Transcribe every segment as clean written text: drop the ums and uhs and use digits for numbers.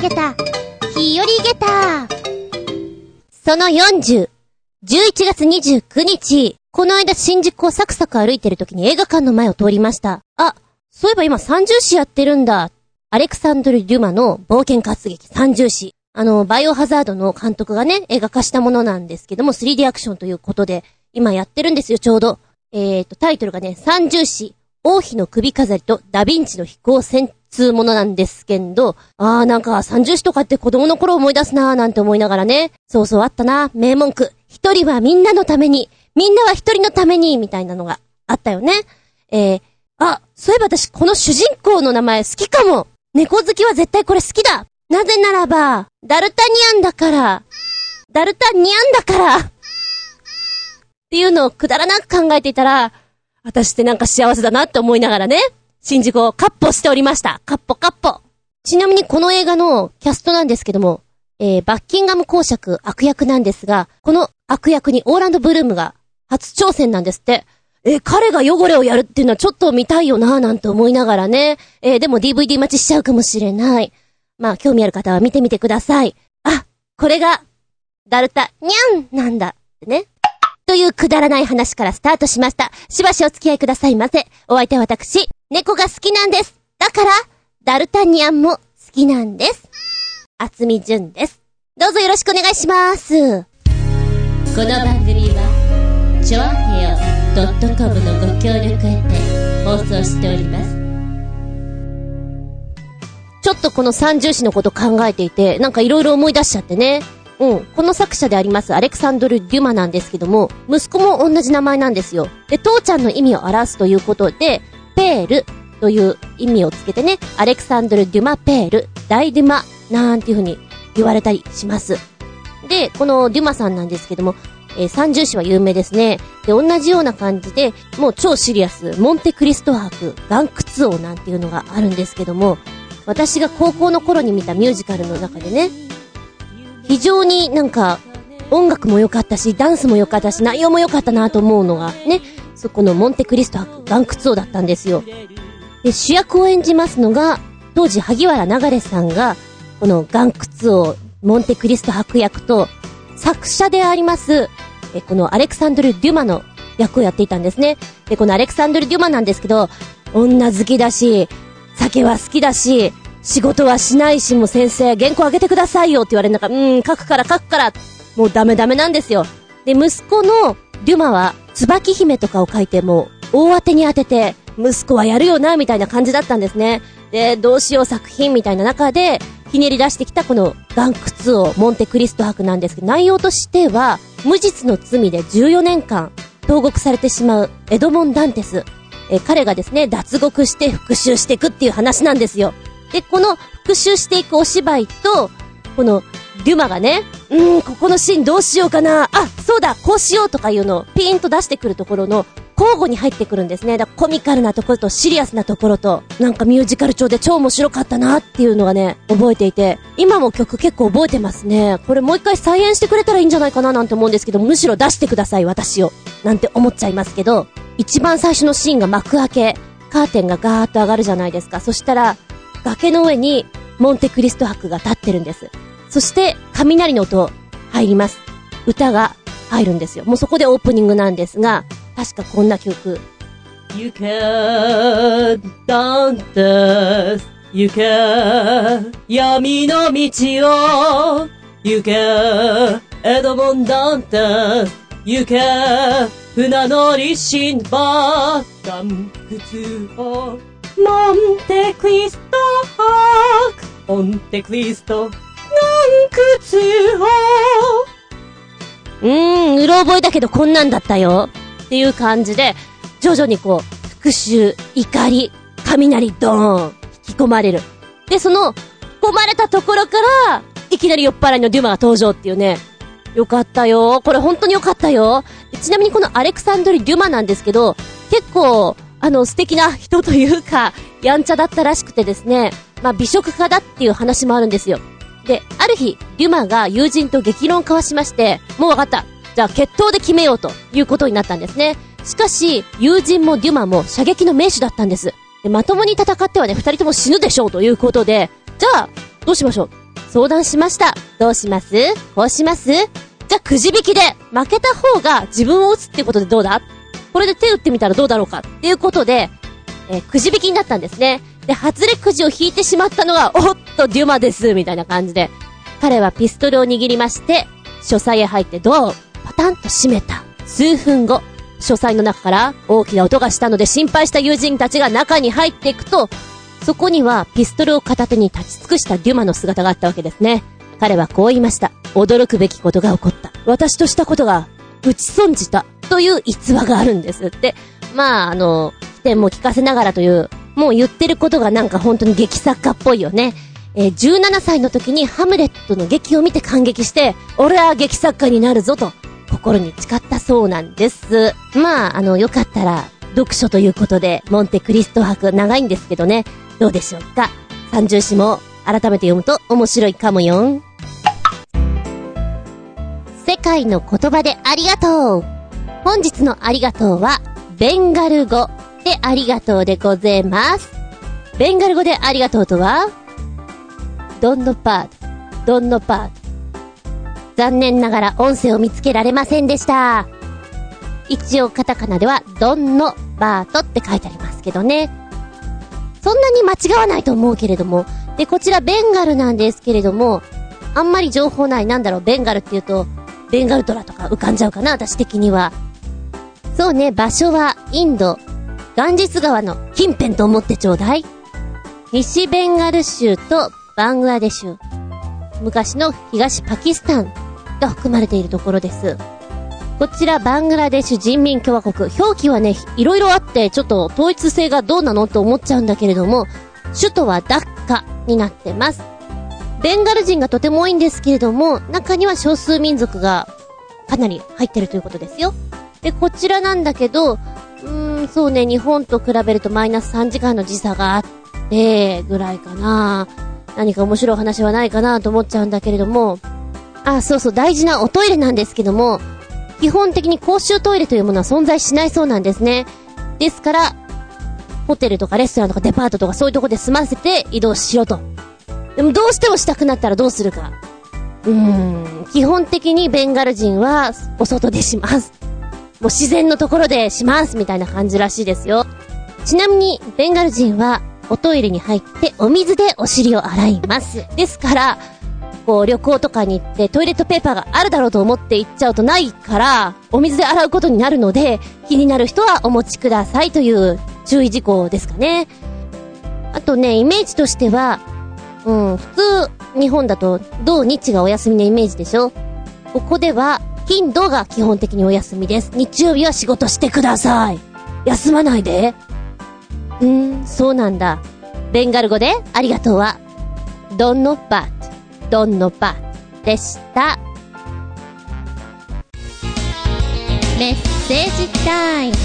げた、日和げた。その40、11月29日、この間新宿をサクサク歩いてる時に映画館の前を通りました。あ、そういえば今三重詩やってるんだ。アレクサンドル・デュマの冒険活劇三重詩。バイオハザードの監督がね、映画化したものなんですけども、3D アクションということで、今やってるんですよ、ちょうど。タイトルがね、三重詩、王妃の首飾りとダヴィンチの飛行船通ものなんですけど、なんか三重詩とかって子供の頃思い出すなーなんて思いながらね、そうそうあったな、名文句。一人はみんなのために、みんなは一人のために、みたいなのがあったよね。そういえば私この主人公の名前好きかも。猫好きは絶対これ好きだ。なぜならば、ダルタニアンだから。っていうのをくだらなく考えていたら、私ってなんか幸せだなって思いながらね、新宿をカッポしておりました。カッポ。ちなみにこの映画のキャストなんですけども、バッキンガム公爵悪役なんですが、この悪役にオーランド・ブルームが初挑戦なんですって。彼が汚れをやるっていうのはちょっと見たいよなぁなんて思いながらね。でも DVD 待ちしちゃうかもしれない。まあ興味ある方は見てみてください。これがダルタニャンなんだってね。というくだらない話からスタートしました。しばしお付き合いくださいませ。お相手は私、猫が好きなんです。だからダルタニャンも好きなんです。厚み純です。どうぞよろしくお願いします。この番組はちょあへよ.com のご協力を得て放送しております。ちょっとこの三重詩のこと考えていて、なんかいろいろ思い出しちゃってね。この作者でありますアレクサンドル・デュマなんですけども、息子も同じ名前なんですよ。で、父ちゃんの意味を表すということで、ペールという意味をつけてね、アレクサンドル・デュマ・ペール、大デュマなんていう風に言われたりします。で、このデュマさんなんですけども、三重詩は有名ですね。で、同じような感じで、もう超シリアス、モンテクリスト伯、岩窟王なんていうのがあるんですけども、私が高校の頃に見たミュージカルの中でね、非常になんか音楽も良かったし、ダンスも良かったし、内容も良かったなと思うのがね、そこのモンテクリスト伯、岩窟王だったんですよ。で、主役を演じますのが、当時萩原流さんが、この岩窟王、モンテクリスト伯役と、作者であります、このアレクサンドル・デュマの役をやっていたんですね。で、このアレクサンドル・デュマなんですけど、女好きだし、酒は好きだし、仕事はしないし、もう先生、原稿あげてくださいよって言われる中、書くから、もうダメなんですよ。で、息子のデュマは、椿姫とかを書いても、大当てに当てて、息子はやるよな、みたいな感じだったんですね。で、どうしよう作品みたいな中で、ひねり出してきたこの岩窟王、モンテクリスト伯なんですけど、内容としては、無実の罪で14年間、投獄されてしまうエドモン・ダンテス。彼がですね、脱獄して復讐していくっていう話なんですよ。で、この復讐していくお芝居と、このデュマがね、ここのシーンどうしようかな、そうだ、こうしようとかいうのをピーンと出してくるところの交互に入ってくるんですね。だからコミカルなところとシリアスなところと、なんかミュージカル調で超面白かったなっていうのがね、覚えていて、今も曲結構覚えてますね。これもう一回再演してくれたらいいんじゃないかななんて思うんですけど、むしろ出してください、私を。なんて思っちゃいますけど、一番最初のシーンが幕開け、カーテンがガーッと上がるじゃないですか。そしたら、崖の上にモンテクリスト伯が立ってるんです。そして雷の音入ります。歌が入るんですよ。もうそこでオープニングなんですが、確かこんな曲。You can dance, you can 闇の道を You can エドモンダンテス You can 船乗りシンバー岩窟をモンテクリスト伯モンテクリストうろ覚えだけどこんなんだったよっていう感じで、徐々にこう復讐、怒り、雷ドーン引き込まれる。で、その込まれたところからいきなり酔っ払いのデュマが登場っていうね。よかったよ、これ本当によかったよ。ちなみにこのアレクサンドル・デュマなんですけど、結構素敵な人というかやんちゃだったらしくてですね、美食家だっていう話もあるんですよ。で、ある日デュマが友人と激論を交わしまして、もう分かった、じゃあ決闘で決めようということになったんですね。しかし友人もデュマも射撃の名手だったんです。で、まともに戦ってはね、二人とも死ぬでしょうということで、じゃあどうしましょう、 相談しました。どうします？こうします？じゃあくじ引きで負けた方が自分を打つってことでどうだ？これで手打ってみたらどうだろうかっていうことで、くじ引きになったんですね。で、外れくじを引いてしまったのが、おっとデュマですみたいな感じで、彼はピストルを握りまして、書斎へ入ってドアをパタンと閉めた。数分後、書斎の中から大きな音がしたので心配した友人たちが中に入っていくと、そこにはピストルを片手に立ち尽くしたデュマの姿があったわけですね。彼はこう言いました。驚くべきことが起こった。私としたことが打ち損じたという逸話があるんですって。まあ、起点も聞かせながらという、もう言ってることがなんか本当に劇作家っぽいよね。17歳の時にハムレットの劇を見て感激して、俺は劇作家になるぞと心に誓ったそうなんです。まあ、よかったら読書ということでモンテクリスト博長いんですけどね、どうでしょうか。三重詩も改めて読むと面白いかもよ。世界の言葉でありがとう。本日のありがとうはベンガル語でありがとうでございます。ベンガル語でありがとうとはドンノパート。残念ながら音声を見つけられませんでした。一応カタカナではドンノバートって書いてありますけどね。そんなに間違わないと思うけれども。で、こちらベンガルなんですけれども、あんまり情報ない。なんだろう、ベンガルって言うとベンガルトラとか浮かんじゃうかな、私的には。そうね、場所はインドガンジス川の近辺と思ってちょうだい。西ベンガル州とバングラデシュ、昔の東パキスタンが含まれているところです。こちらバングラデシュ人民共和国、表記はね、いろいろあってちょっと統一性がどうなのと思っちゃうんだけれども、首都はダッカになってます。ベンガル人がとても多いんですけれども、中には少数民族がかなり入ってるということですよ。で、こちらなんだけど、そうね、日本と比べるとマイナス3時間の時差があってぐらいかな。何か面白い話はないかなと思っちゃうんだけれども、そうそう、大事なおトイレなんですけども、基本的に公衆トイレというものは存在しないそうなんですね。ですからホテルとかレストランとかデパートとかそういうとこで済ませて移動しろと。でもどうしてもしたくなったらどうするか。基本的にベンガル人はお外でします。もう自然のところでしますみたいな感じらしいですよ。ちなみにベンガル人はおトイレに入ってお水でお尻を洗います。ですからこう旅行とかに行ってトイレットペーパーがあるだろうと思って行っちゃうとないからお水で洗うことになるので、気になる人はお持ちくださいという注意事項ですかね。あとね、イメージとしては普通日本だと土日がお休みのイメージでしょ。ここでは金土が基本的にお休みです。日曜日は仕事してください。休まないで。そうなんだ。ベンガル語でありがとうはドンノバッでした。メッセージタイム。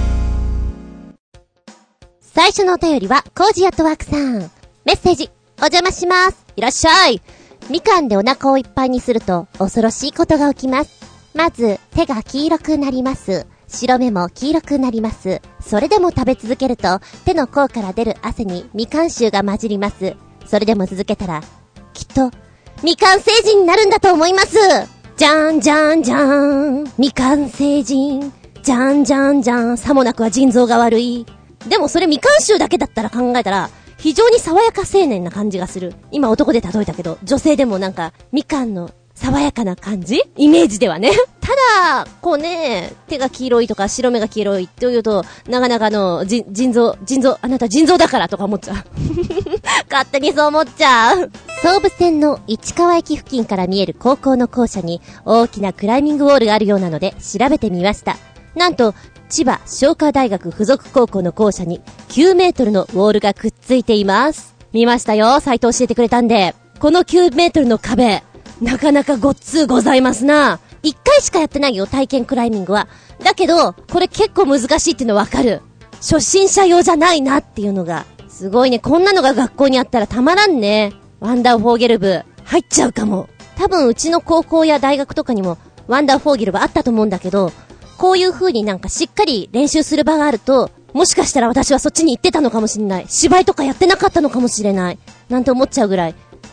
最初のお便りはコージアットワークさん。メッセージお邪魔します。いらっしゃい。みかんでお腹をいっぱいにすると恐ろしいことが起きます。まず手が黄色くなります。白目も黄色くなります。それでも食べ続けると手の甲から出る汗にみかん臭が混じります。それでも続けたらきっとみかん星人になるんだと思います。じゃんじゃんじゃん、みかん星人、じゃんじゃんじゃん。さもなくは腎臓が悪い。でもそれみかん臭だけだったら考えたら非常に爽やか青年な感じがする。今男で例えたけど、女性でもなんかみかんの爽やかな感じ？イメージではね。ただ、こうね、手が黄色いとか白目が黄色いというと、なかなか腎臓、あなた腎臓だからとか思っちゃう。勝手にそう思っちゃう。総武線の市川駅付近から見える高校の校舎に大きなクライミングウォールがあるようなので調べてみました。なんと、千葉商科大学附属高校の校舎に9メートルのウォールがくっついています。見ましたよ。サイト教えてくれたんで。この9メートルの壁、なかなかごっつございますな。1回しかやってないよ、体験クライミングは。だけど、これ結構難しいっていうのわかる。初心者用じゃないなっていうのが。すごいね。こんなのが学校にあったらたまらんね。ワンダーフォーゲル部、入っちゃうかも。多分うちの高校や大学とかにもワンダーフォーゲル部あったと思うんだけど、こういう風になんかしっかり練習する場があると、もしかしたら私はそっちに行ってたのかもしれない。芝居とかやってなかったのかもしれない。なんて思っちゃうぐらい、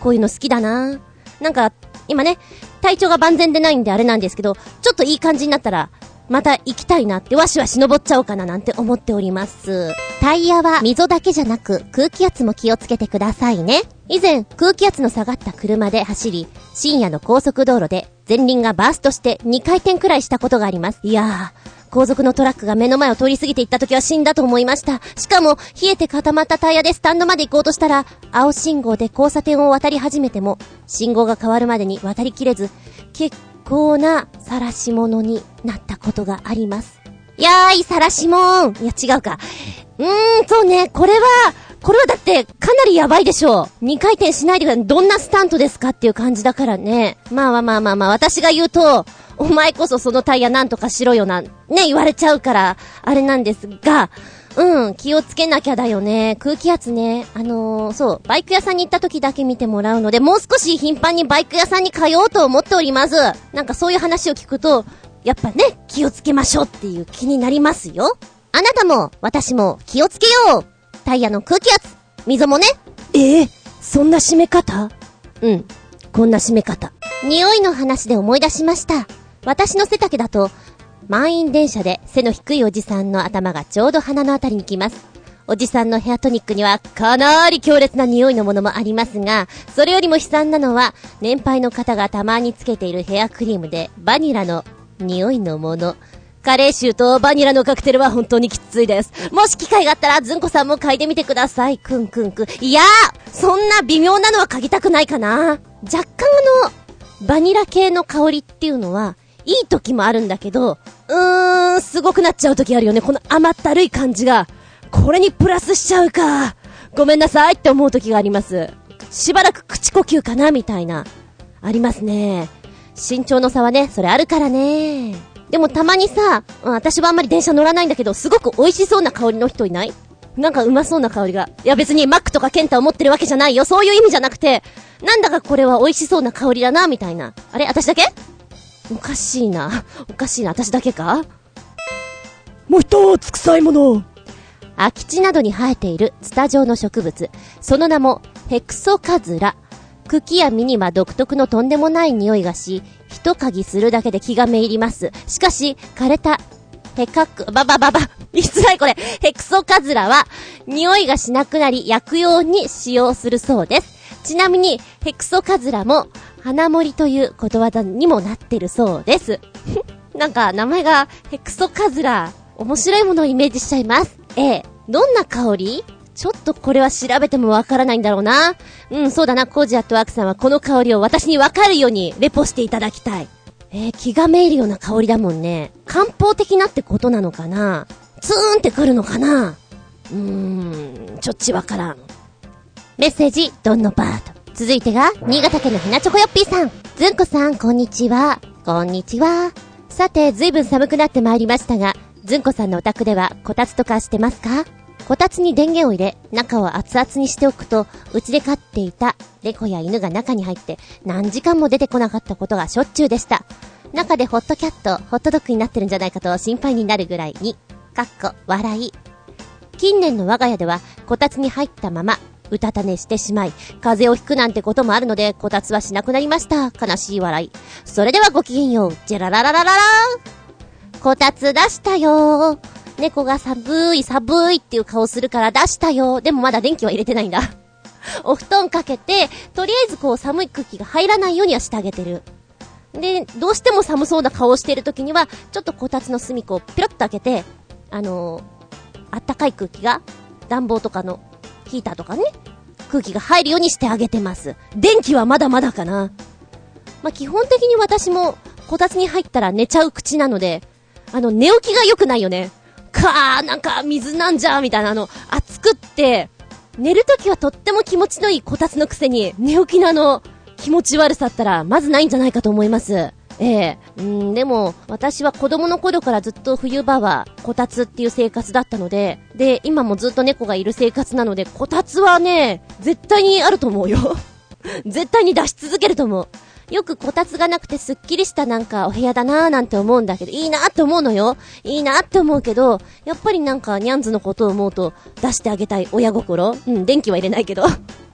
こういうの好きだな。なんか、今ね、体調が万全でないんであれなんですけど、ちょっといい感じになったら、また行きたいなってわしわし登っちゃおうかななんて思っております。タイヤは溝だけじゃなく空気圧も気をつけてくださいね。以前空気圧の下がった車で走り、深夜の高速道路で前輪がバーストして2回転くらいしたことがあります。いやー、後続のトラックが目の前を通り過ぎていった時は死んだと思いました。しかも冷えて固まったタイヤでスタンドまで行こうとしたら、青信号で交差点を渡り始めても信号が変わるまでに渡りきれず、結構な晒し物になったことがあります。やーい、晒しもん。いや、違うか。そうね、これはだってかなりやばいでしょう。2回転しないでください。どんなスタントですかっていう感じだからね。まあ、私が言うと、お前こそそのタイヤなんとかしろよな、ね、言われちゃうから、あれなんですが、気をつけなきゃだよね。空気圧ね。そう、バイク屋さんに行った時だけ見てもらうので、もう少し頻繁にバイク屋さんに通おうと思っております。なんかそういう話を聞くと、やっぱね、気をつけましょうっていう気になりますよ。あなたも、私も気をつけよう。タイヤの空気圧、溝もね。そんな締め方？こんな締め方。匂いの話で思い出しました。私の背丈だと、満員電車で背の低いおじさんの頭がちょうど鼻のあたりに来ます。おじさんのヘアトニックにはかなり強烈な匂いのものもありますが、それよりも悲惨なのは年配の方がたまにつけているヘアクリームでバニラの匂いのもの。カレー臭とバニラのカクテルは本当にきついです。もし機会があったらずんこさんも嗅いでみてください。くん。いやー、そんな微妙なのは嗅ぎたくないかな。若干バニラ系の香りっていうのはいい時もあるんだけど、すごくなっちゃう時あるよね。この甘ったるい感じがこれにプラスしちゃうか、ごめんなさいって思う時があります。しばらく口呼吸かなみたいな、ありますね。身長の差はね、それあるからね。でもたまにさ、私はあんまり電車乗らないんだけど、すごく美味しそうな香りの人いない？なんかうまそうな香りが。いや別にマックとかケンタを持ってるわけじゃないよ。そういう意味じゃなくて、なんだかこれは美味しそうな香りだなみたいな。あれ、私だけ？おかしいな、私だけか？もう一つ臭いもの。空き地などに生えているツタ状の植物、その名もヘクソカズラ。茎や実には独特のとんでもない匂いがし、一嗅ぎするだけで気がめ入ります。しかし枯れた言いづらいこれ。ヘクソカズラは匂いがしなくなり薬用に使用するそうです。ちなみにヘクソカズラも花森ということわざにもなってるそうです。なんか名前がヘクソカズラ、面白いものをイメージしちゃいます。どんな香り？ちょっとこれは調べてもわからないんだろうな。そうだな、コージアットワークさんはこの香りを私にわかるようにレポしていただきたい。気がめいるような香りだもんね。漢方的なってことなのかな？ツーンってくるのかな？ちょっちわからん。メッセージドンノバート。続いてが新潟県のひなチョコヨッピーさん。ずんこさん、こんにちは。こんにちは。さて、ずいぶん寒くなってまいりましたが、ずんこさんのお宅ではこたつとかしてますか？こたつに電源を入れ、中を熱々にしておくと、うちで飼っていた猫や犬が中に入って何時間も出てこなかったことがしょっちゅうでした。中でホットキャット、ホットドッグになってるんじゃないかと心配になるぐらいに、笑い。近年の我が家ではこたつに入ったままうたた寝してしまい、風邪をひくなんてこともあるので、こたつはしなくなりました。悲しい笑い。それではごきげんよう。ジェララララララー。こたつ出したよー。猫が寒いっていう顔するから出したよ。でもまだ電気は入れてないんだ。お布団かけて、とりあえずこう寒い空気が入らないようにはしてあげてる。で、どうしても寒そうな顔をしている時には、ちょっとこたつの隅っこをピロッと開けて、あったかい空気が、暖房とかのヒーターとかね、空気が入るようにしてあげてます。電気はまだまだかな。基本的に私もこたつに入ったら寝ちゃう口なので、寝起きが良くないよね。なんか水なんじゃみたいな暑くって寝るときはとっても気持ちのいいこたつのくせに寝起きの気持ち悪さったらまずないんじゃないかと思います。でも私は子供の頃からずっと冬場はこたつっていう生活だったので、今もずっと猫がいる生活なので、こたつはね絶対にあると思うよ。絶対に出し続けると思う。よくこたつがなくてすっきりしたなんかお部屋だなーなんて思うんだけど、いいなーって思うのよ。いいなーって思うけど、やっぱりなんかニャンズのことを思うと出してあげたい親心。電気は入れないけど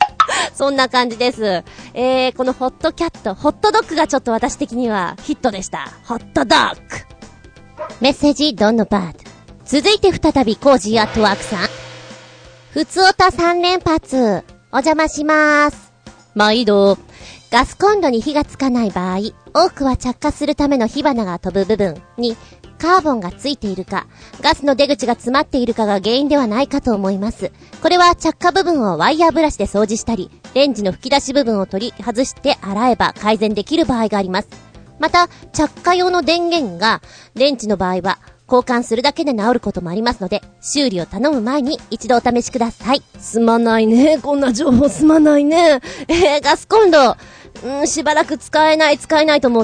そんな感じです。このホットキャット、ホットドッグがちょっと私的にはヒットでした。ホットドッグ。メッセージドンノバード。続いて再びコージーアットワークさん。ふつおた3連発。お邪魔します。毎度。ガスコンロに火がつかない場合、多くは着火するための火花が飛ぶ部分にカーボンがついているか、ガスの出口が詰まっているかが原因ではないかと思います。これは着火部分をワイヤーブラシで掃除したり、レンジの吹き出し部分を取り外して洗えば改善できる場合があります。また、着火用の電源がレンジの場合は交換するだけで治ることもありますので、修理を頼む前に一度お試しください。すまないね。こんな情報すまないね。ガスコンロ、しばらく使えないと思って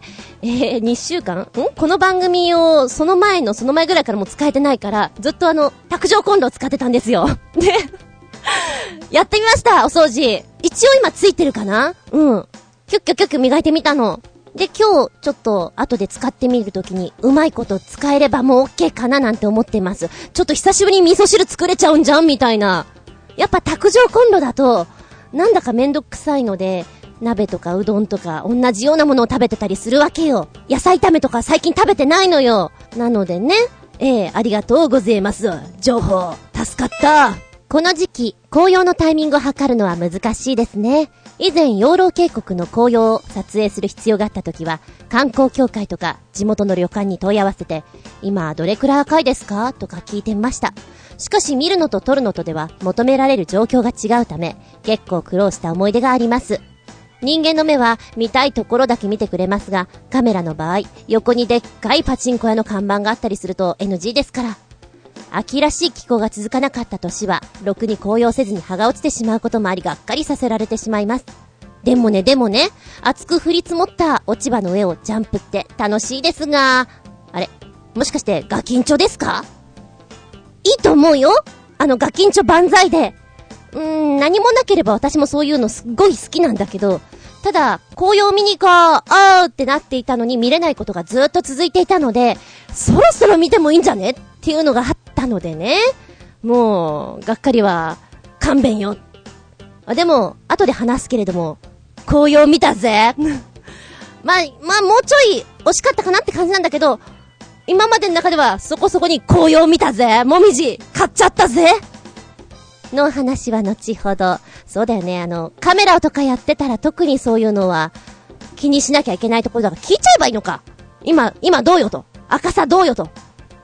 、2週間この番組をその前ぐらいからもう使えてないから、ずっと卓上コンロを使ってたんですよ。で、やってみました、お掃除。一応今ついてるかな？キュッキュッキュ磨いてみたの。で、今日ちょっと後で使ってみるときにうまいこと使えればもう OK かななんて思ってます。ちょっと久しぶりに味噌汁作れちゃうんじゃんみたいな。やっぱ卓上コンロだとなんだかめんどくさいので、鍋とかうどんとか同じようなものを食べてたりするわけよ。野菜炒めとか最近食べてないのよ。なのでね、ありがとうございます。情報助かった。この時期紅葉のタイミングを測るのは難しいですね。以前養老渓谷の紅葉を撮影する必要があった時は、観光協会とか地元の旅館に問い合わせて、今どれくらい赤いですかとか聞いてみました。しかし見るのと撮るのとでは求められる状況が違うため、結構苦労した思い出があります。人間の目は見たいところだけ見てくれますが、カメラの場合、横にでっかいパチンコ屋の看板があったりすると NG ですから。秋らしい気候が続かなかった年は、ろくに紅葉せずに葉が落ちてしまうこともあり、がっかりさせられてしまいます。でもね、厚く降り積もった落ち葉の上をジャンプって楽しいですが、あれ、もしかしてガキンチョですか？いいと思うよ。ガキンチョ万歳で。何もなければ私もそういうのすっごい好きなんだけど、ただ、紅葉見に行こう、あーってなっていたのに見れないことがずっと続いていたので、そろそろ見てもいいんじゃねっていうのがあったのでね。もう、がっかりは勘弁よ。でも、後で話すけれども、紅葉見たぜ。まあ、もうちょい惜しかったかなって感じなんだけど、今までの中ではそこそこに紅葉見たぜ。もみじ買っちゃったぜ。の話は後ほど。そうだよね、カメラとかやってたら特にそういうのは気にしなきゃいけないところだから聞いちゃえばいいのか。今どうよと。赤さどうよと。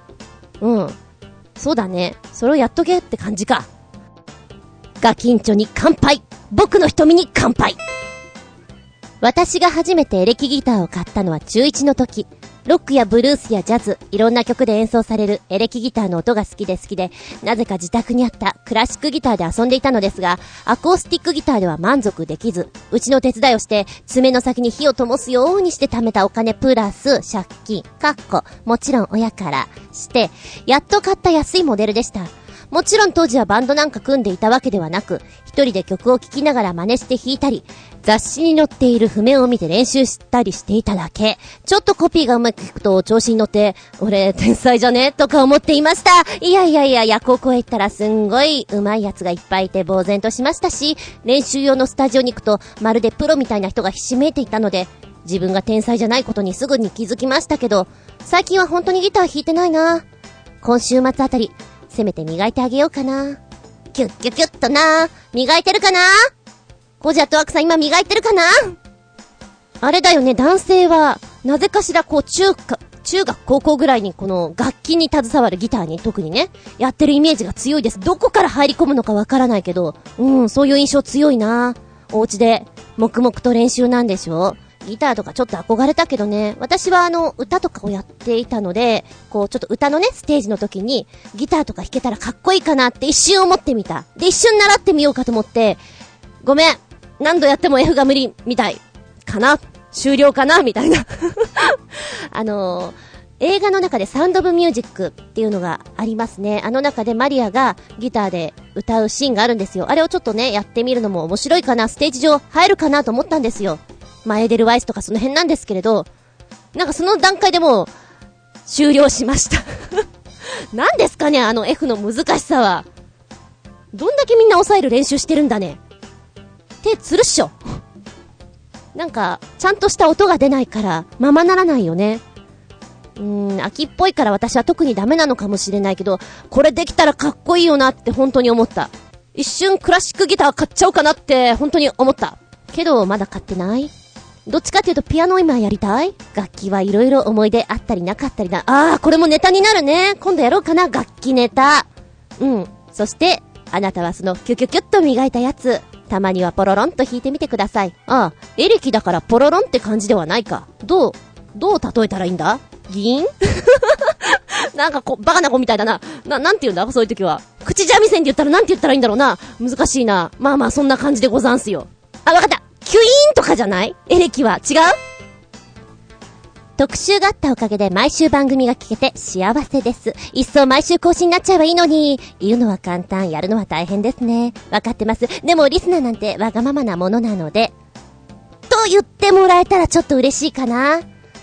そうだね。それをやっとけって感じか。ガキンチョに乾杯。僕の瞳に乾杯。私が初めてエレキギターを買ったのは中1の時。ロックやブルースやジャズ、いろんな曲で演奏されるエレキギターの音が好きで、なぜか自宅にあったクラシックギターで遊んでいたのですが、アコースティックギターでは満足できず、うちの手伝いをして爪の先に火を灯すようにして貯めたお金プラス借金、もちろん親からして、やっと買った安いモデルでした。もちろん当時はバンドなんか組んでいたわけではなく、一人で曲を聴きながら真似して弾いたり、雑誌に載っている譜面を見て練習したりしていただけ。ちょっとコピーがうまくいくと調子に乗って、俺天才じゃねとか思っていました。いや、高校へ行ったらすんごい上手いやつがいっぱいいて呆然としましたし、練習用のスタジオに行くとまるでプロみたいな人がひしめいていたので、自分が天才じゃないことにすぐに気づきましたけど、最近は本当にギター弾いてないな。今週末あたりせめて磨いてあげようかな。キュッキュキュッとな。磨いてるかな？コジャットワークさん今磨いてるかな？あれだよね、男性はなぜかしらこう中学高校ぐらいにこの楽器に携わるギターに特にね、やってるイメージが強いです。どこから入り込むのかわからないけど、そういう印象強いな。お家で黙々と練習なんでしょ。ギターとかちょっと憧れたけどね、私は歌とかをやっていたので、こうちょっと歌のねステージの時にギターとか弾けたらかっこいいかなって一瞬思ってみた。で一瞬習ってみようかと思って、ごめん、何度やっても F が無理みたいかな、終了かなみたいな映画の中でサウンドオブミュージックっていうのがありますね。あの中でマリアがギターで歌うシーンがあるんですよ。あれをちょっとねやってみるのも面白いかな、ステージ上入るかなと思ったんですよ。エデルワイスとかその辺なんですけれど、なんかその段階でもう終了しました何ですかね、F の難しさは。どんだけみんな抑える練習してるんだね。 手つるっしょ。なんか、ちゃんとした音が出ないから、ままならないよね。秋っぽいから私は特にダメなのかもしれないけど、これできたらかっこいいよなって本当に思った。一瞬クラシックギター買っちゃおうかなって本当に思った。けど、まだ買ってない。どっちかっていうとピアノ今やりたい。楽器はいろいろ思い出あったりなかったりだ。これもネタになるね。今度やろうかな、楽器ネタ。そして、あなたはそのキュキュキュッと磨いたやつ、たまにはポロロンと弾いてみてください。エレキだからポロロンって感じではないか。どう例えたらいいんだ？ギーンなんかバカな子みたいだな。なんて言うんだそういう時は。口三味線で言ったらなんて言ったらいいんだろうな。難しいな。まあそんな感じでござんすよ。わかった。キュイーンとかじゃない？エレキは違う？特集があったおかげで毎週番組が聞けて幸せです。一層毎週更新になっちゃえばいいのに。言うのは簡単、やるのは大変ですね。わかってます。でもリスナーなんてわがままなものなので。と言ってもらえたらちょっと嬉しいかな。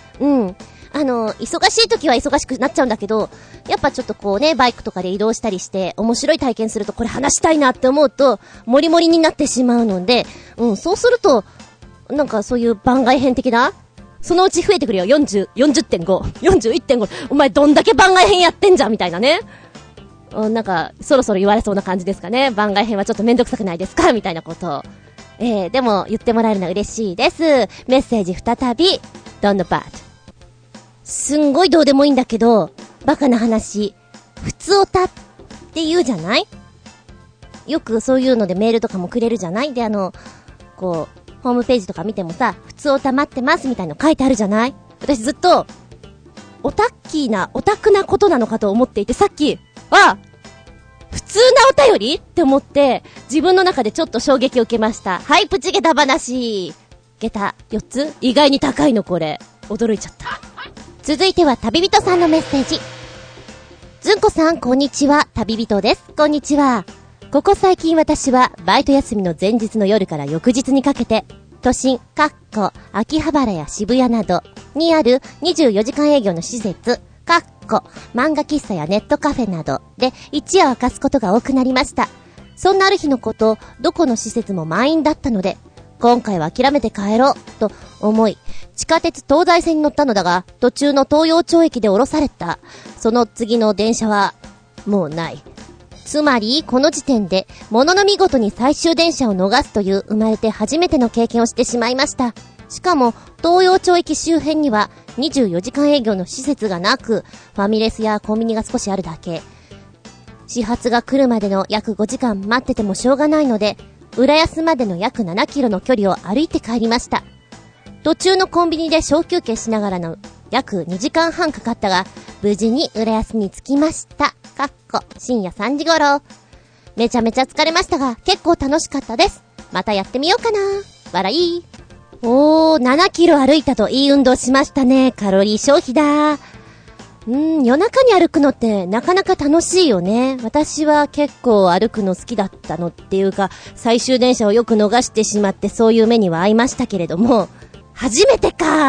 忙しい時は忙しくなっちゃうんだけど、やっぱちょっとこうね、バイクとかで移動したりして、面白い体験するとこれ話したいなって思うと、モリモリになってしまうので、そうすると、なんかそういう番外編的な、そのうち増えてくるよ。40.5、41.5。お前どんだけ番外編やってんじゃんみたいなね。なんか、そろそろ言われそうな感じですかね。番外編はちょっとめんどくさくないですかみたいなことを。でも言ってもらえるのは嬉しいです。メッセージ再び、Don't bad。すんごいどうでもいいんだけど、バカな話、普通オタって言うじゃない？よくそういうのでメールとかもくれるじゃない？で、こう、ホームページとか見てもさ、普通オタ待ってますみたいなの書いてあるじゃない？私ずっと、オタクなことなのかと思っていて、さっき、普通なお便りって思って、自分の中でちょっと衝撃を受けました。はい、プチゲタ話。ゲタ4つ？意外に高いのこれ。驚いちゃった。続いては旅人さんのメッセージ。ずんこさん、こんにちは。旅人です。こんにちは。ここ最近私はバイト休みの前日の夜から翌日にかけて、都心、秋葉原や渋谷などにある24時間営業の施設、漫画喫茶やネットカフェなどで一夜明かすことが多くなりました。そんなある日のこと、どこの施設も満員だったので、今回は諦めて帰ろうと思い、地下鉄東西線に乗ったのだが、途中の東陽町駅で降ろされた。その次の電車はもうない。つまりこの時点でものの見事に最終電車を逃すという生まれて初めての経験をしてしまいました。しかも東陽町駅周辺には24時間営業の施設がなく、ファミレスやコンビニが少しあるだけ。始発が来るまでの約5時間待っててもしょうがないので、浦安までの約7キロの距離を歩いて帰りました。途中のコンビニで小休憩しながらの約2時間半かかったが、無事に浦安に着きました。深夜3時頃。めちゃめちゃ疲れましたが、結構楽しかったです。またやってみようかな。笑い。7キロ歩いたといい運動しましたね。カロリー消費だ。夜中に歩くのってなかなか楽しいよね。私は結構歩くの好きだったのっていうか、最終電車をよく逃してしまってそういう目には遭いましたけれども、初めて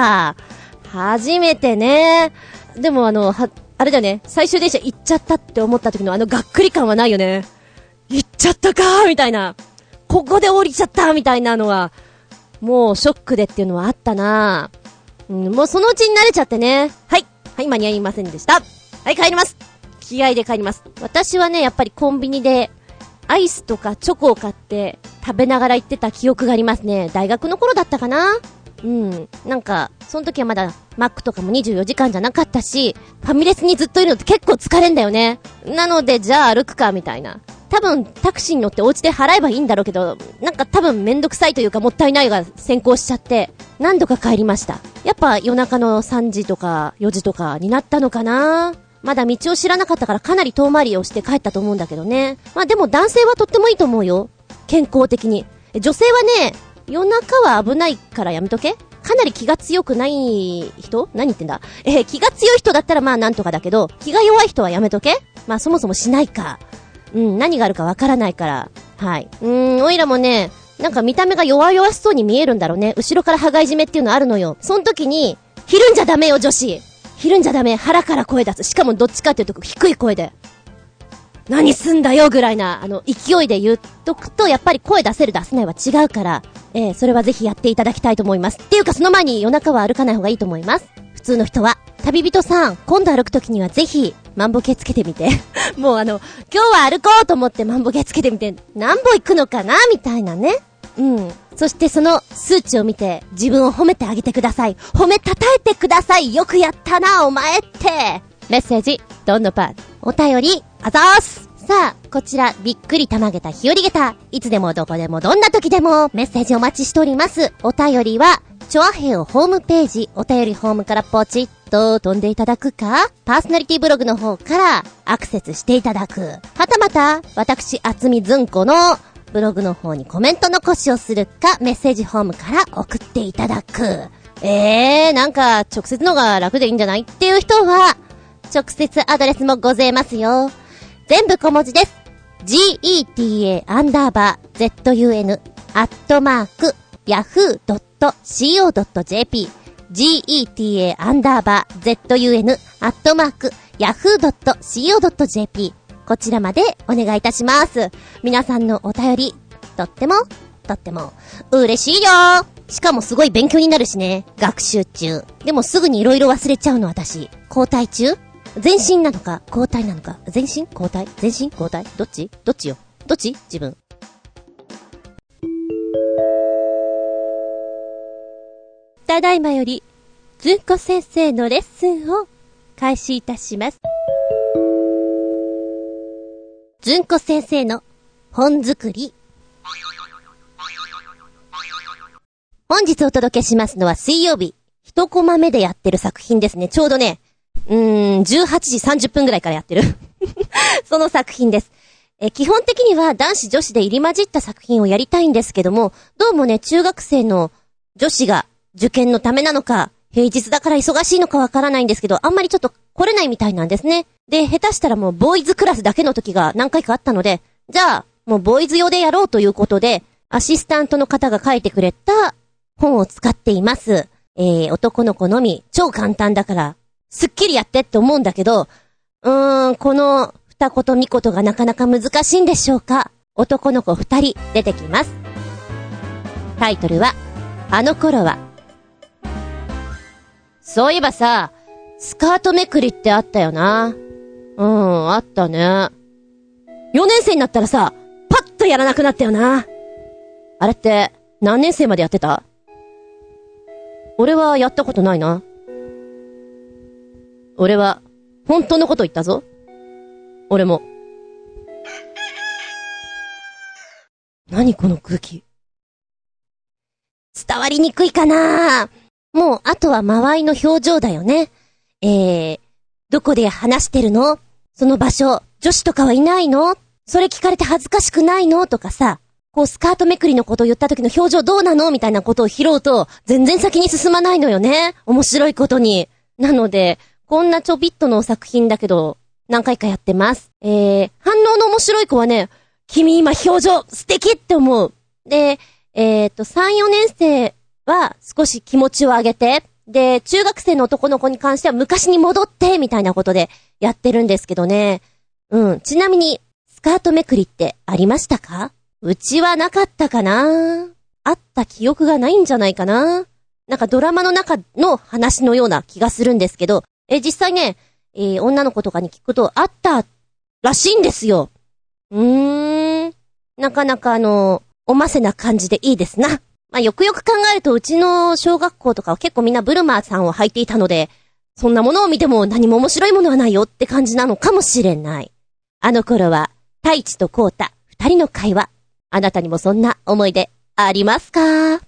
ね。でもあれだね、最終電車行っちゃったって思った時のがっくり感はないよね。行っちゃったかーみたいな。ここで降りちゃったみたいなのは、もうショックでっていうのはあったな。もうそのうちに慣れちゃってね。はい、間に合いませんでした。はい、帰ります。気合で帰ります。私はね、やっぱりコンビニでアイスとかチョコを買って食べながら行ってた記憶がありますね。大学の頃だったかな。なんかその時はまだマックとかも24時間じゃなかったし、ファミレスにずっといるのって結構疲れんだよね。なのでじゃあ歩くかみたいな。多分タクシーに乗ってお家で払えばいいんだろうけど、なんか多分めんどくさいというかもったいないが先行しちゃって何度か帰りました。やっぱ夜中の3時とか4時とかになったのかな。まだ道を知らなかったからかなり遠回りをして帰ったと思うんだけどね。まあでも男性はとってもいいと思うよ。健康的に。女性はね、夜中は危ないからやめとけ。かなり気が強くない人？何言ってんだ？気が強い人だったらまあなんとかだけど、気が弱い人はやめとけ。まあそもそもしないか。何があるかわからないから。はい。おいらもね、なんか見た目が弱々しそうに見えるんだろうね。後ろから羽交い締めっていうのあるのよ。その時に、ひるんじゃダメよ女子。ひるんじゃダメ。腹から声出す。しかもどっちかっていうと低い声で。 何すんだよぐらいな、勢いで言っとくと、やっぱり声出せる出せないは違うから、それはぜひやっていただきたいと思います。っていうか、その前に夜中は歩かない方がいいと思います。普通の人は。旅人さん、今度歩くときにはぜひ、万歩計つけてみて。もう今日は歩こうと思って万歩計つけてみて、何歩行くのかなみたいなね。そしてその数値を見て、自分を褒めてあげてください。褒めたたえてください。よくやったな、お前って。メッセージ、どんどパー。お便り、あざーす。さあ、こちら、びっくりたまげた日和げた。いつでもどこでもどんな時でも、メッセージお待ちしております。お便りは、チョアヘオホームページ、お便りホームからポチッと飛んでいただくか、パーソナリティブログの方からアクセスしていただく。はたまた、私、あつみずんこのブログの方にコメント残しをするか、メッセージホームから送っていただく。なんか、直接のが楽でいいんじゃないっていう人は、直接アドレスもございますよ。全部小文字です。geta_zun@yahoo.co.jp geta_zun@yahoo.co.jp こちらまでお願いいたします。皆さんのお便り、とっても嬉しいよ。しかもすごい勉強になるしね。学習中。でもすぐに色々忘れちゃうの私。交代中？前進なのか交代なのか、前進交代前進交代、どっちよ、どっち自分。ただいまよりずんこ先生のレッスンを開始いたします。ずんこ先生の本作り。本日お届けしますのは水曜日1コマ目でやってる作品ですね。ちょうどね、18時30分ぐらいからやってるその作品です。基本的には男子女子で入り混じった作品をやりたいんですけども、どうもね、中学生の女子が受験のためなのか、平日だから忙しいのかわからないんですけど、あんまりちょっと来れないみたいなんですね。で、下手したらもうボーイズクラスだけの時が何回かあったので、じゃあもうボーイズ用でやろうということで、アシスタントの方が書いてくれた本を使っています。男の子のみ、超簡単だからすっきりやってって思うんだけど、この二言三言がなかなか難しいんでしょうか。男の子2人出てきます。タイトルは、あの頃は。そういえばさ、スカートめくりってあったよな。あったね。4年生になったらさ、パッとやらなくなったよな。あれって何年生までやってた？俺はやったことないな。俺は本当のこと言ったぞ。俺も。何この空気。伝わりにくいかな。もうあとは周りの表情だよね。どこで話してるの？その場所、女子とかはいないの？それ聞かれて恥ずかしくないの？とかさ、こうスカートめくりのことを言った時の表情どうなの？みたいなことを拾うと全然先に進まないのよね。面白いことに。なので、こんなちょびっとの作品だけど、何回かやってます。反応の面白い子はね、君今表情素敵って思う。で、3、4年生は少し気持ちを上げて、で、中学生の男の子に関しては昔に戻って、みたいなことでやってるんですけどね。ちなみに、スカートめくりってありましたか？うちはなかったかな？あった記憶がないんじゃないかな？なんかドラマの中の話のような気がするんですけど、実際ね、女の子とかに聞くとあったらしいんですよ。なかなかおませな感じでいいですな。まあ、よくよく考えるとうちの小学校とかは結構みんなブルマーさんを履いていたので、そんなものを見ても何も面白いものはないよって感じなのかもしれない。あの頃は、太一とコウタ、二人の会話。あなたにもそんな思い出ありますか？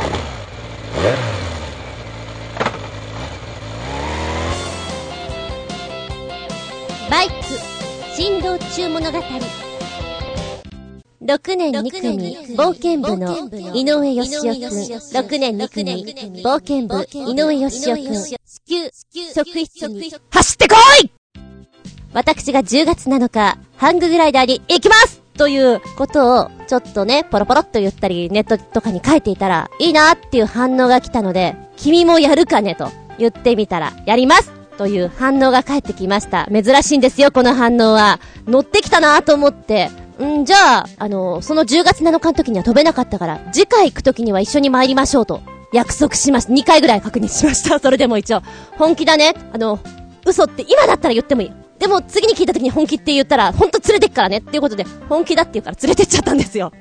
バイク振動中物語。6年2組冒険部の井上義雄くん。6年2組冒険部井上義雄くん。至急職員に走ってこい！私が10月7日ハンググライダーに行きますということをちょっとねポロポロっと言ったりネットとかに書いていたらいいなっていう反応が来たので、君もやるかねと言ってみたらやります。 という反応が返ってきました。珍しいんですよ、この反応は。乗ってきたなと思って。じゃあ、その10月7日の時には飛べなかったから、次回行く時には一緒に参りましょうと約束しました。2回ぐらい確認しました。それでも一応、本気だね。嘘って今だったら言ってもいい。でも次に聞いた時に本気って言ったら、ほんと連れてっからねっていうことで、本気だって言うから連れてっちゃったんですよ。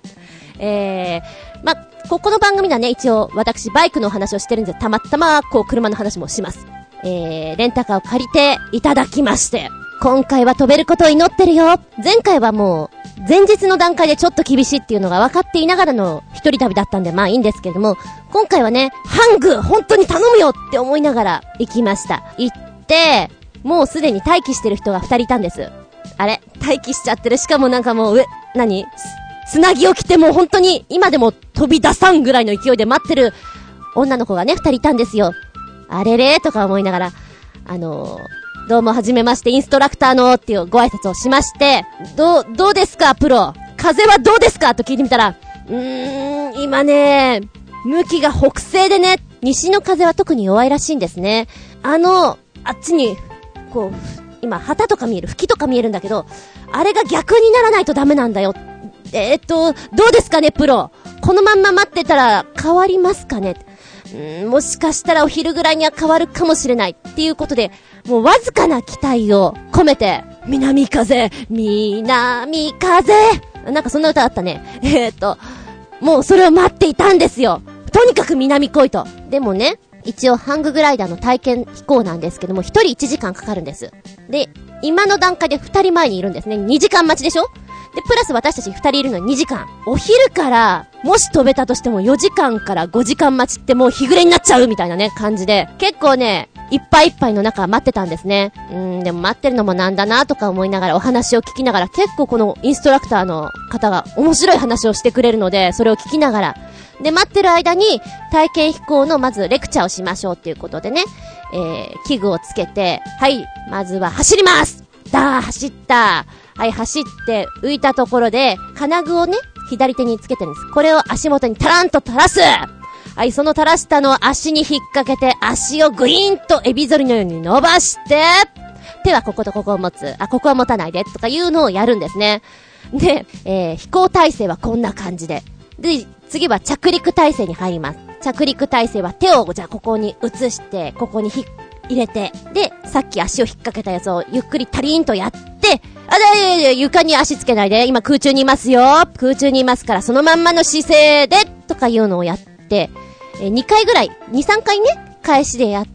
ここの番組ではね、一応私バイクの話をしてるんで、たまたま車の話もします。レンタカーを借りていただきまして、今回は飛べることを祈ってるよ。前回はもう前日の段階でちょっと厳しいっていうのが分かっていながらの一人旅だったんで、まあいいんですけれども、今回はね、ハング本当に頼むよって思いながら行きました。行ってもうすでに待機してる人が2人いたんです。あれ待機しちゃってる。しかもなんかもうつなぎを着てもう本当に今でも飛び出さんぐらいの勢いで待ってる女の子がね2人いたんですよ。あれれとか思いながら、どうもはじめまして、インストラクターのっていうご挨拶をしまして、どうですかプロ、風はどうですかと聞いてみたら、今ね、向きが北西でね、西の風は特に弱いらしいんですね。あっちに今旗とか見える、吹きとか見えるんだけど、あれが逆にならないとダメなんだよ。どうですかねプロ、このまんま待ってたら変わりますかね。もしかしたらお昼ぐらいには変わるかもしれないっていうことで、もうわずかな期待を込めて、南風なんかそんな歌あったね。もうそれを待っていたんですよ。とにかく南来いと。でもね、一応ハンググライダーの体験飛行なんですけども、1人1時間かかるんです。で、今の段階で2人前にいるんですね。2時間待ちでしょ。で、プラス私たち2人いるのに2時間。お昼から、もし飛べたとしても4時間から5時間待ちってもう日暮れになっちゃうみたいなね、感じで。結構ね、いっぱいいっぱいの中待ってたんですね。でも待ってるのもなんだなとか思いながら、お話を聞きながら、結構このインストラクターの方が面白い話をしてくれるので、それを聞きながら。で、待ってる間に、体験飛行のまずレクチャーをしましょうっていうことでね、器具をつけて、はい、まずは走ります走ったはい、走って浮いたところで金具をね左手につけてるんです。これを足元にタランと垂らす。はい、その垂らしたのを足に引っ掛けて、足をグイーンとエビ反りのように伸ばして、手はこことここを持つ。ここは持たないでとかいうのをやるんですね。で、飛行体勢はこんな感じで。で、次は着陸体勢に入ります。着陸体勢は手をじゃあここに移して、ここに入れて、で、さっき足を引っ掛けたやつをゆっくりタリーンとやって、床に足つけないで、今空中にいますよ。空中にいますから、そのまんまの姿勢で、とかいうのをやって、2回ぐらい、2、3回ね、返しでやって、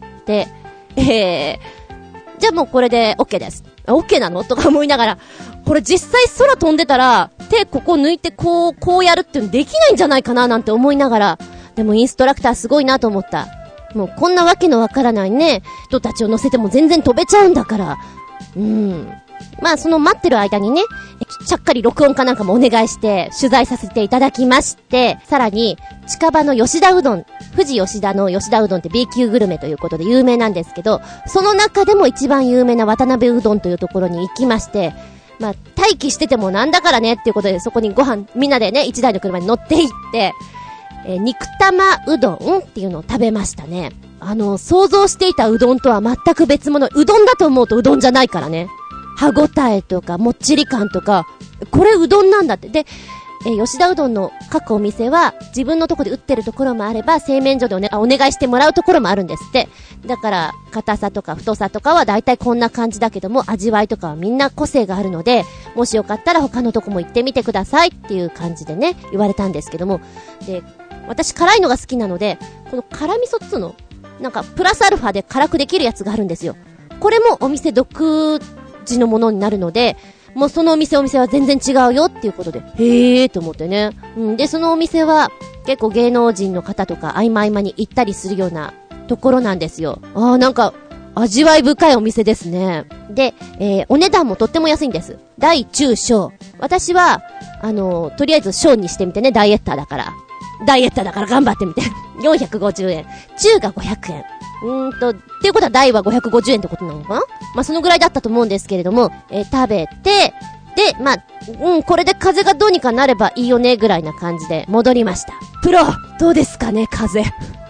じゃあもうこれで OK です。OK なのとか思いながら、これ実際空飛んでたら、手ここ抜いてこうやるっていうのできないんじゃないかななんて思いながら、でもインストラクターすごいなと思った。もうこんなわけのわからないね、人たちを乗せても全然飛べちゃうんだから。まあその待ってる間にね、ちゃっかり録音かなんかもお願いして取材させていただきまして、さらに近場の吉田うどん、富士吉田の吉田うどんって B 級グルメということで有名なんですけど、その中でも一番有名な渡辺うどんというところに行きまして、まあ待機しててもなんだからねっていうことで、そこにご飯みんなでね一台の車に乗って行って、肉玉うどんっていうのを食べましたね。想像していたうどんとは全く別物。うどんだと思うとうどんじゃないからね。歯ごたえとかもっちり感とか、これうどんなんだって。で、吉田うどんの各お店は自分のとこで売ってるところもあれば、製麺所でお願いしてもらうところもあるんですって。だから硬さとか太さとかはだいたいこんな感じだけども、味わいとかはみんな個性があるので、もしよかったら他のとこも行ってみてくださいっていう感じでね言われたんですけども、で私辛いのが好きなので、この辛味噌っつうのなんかプラスアルファで辛くできるやつがあるんですよ。これもお店独自のものになるので、もうそのお店は全然違うよっていうことで、へーと思ってね。で、そのお店は結構芸能人の方とか合間合間に行ったりするようなところなんですよ。なんか味わい深いお店ですね。で、お値段もとっても安いんです。大中小。私はとりあえず小にしてみてね、ダイエッターだから頑張ってみて450円、中が500円っていうことは大は550円ってことなのかな。まあそのぐらいだったと思うんですけれども、食べて、でまあこれで風がどうにかなればいいよねぐらいな感じで戻りました。プロどうですかね風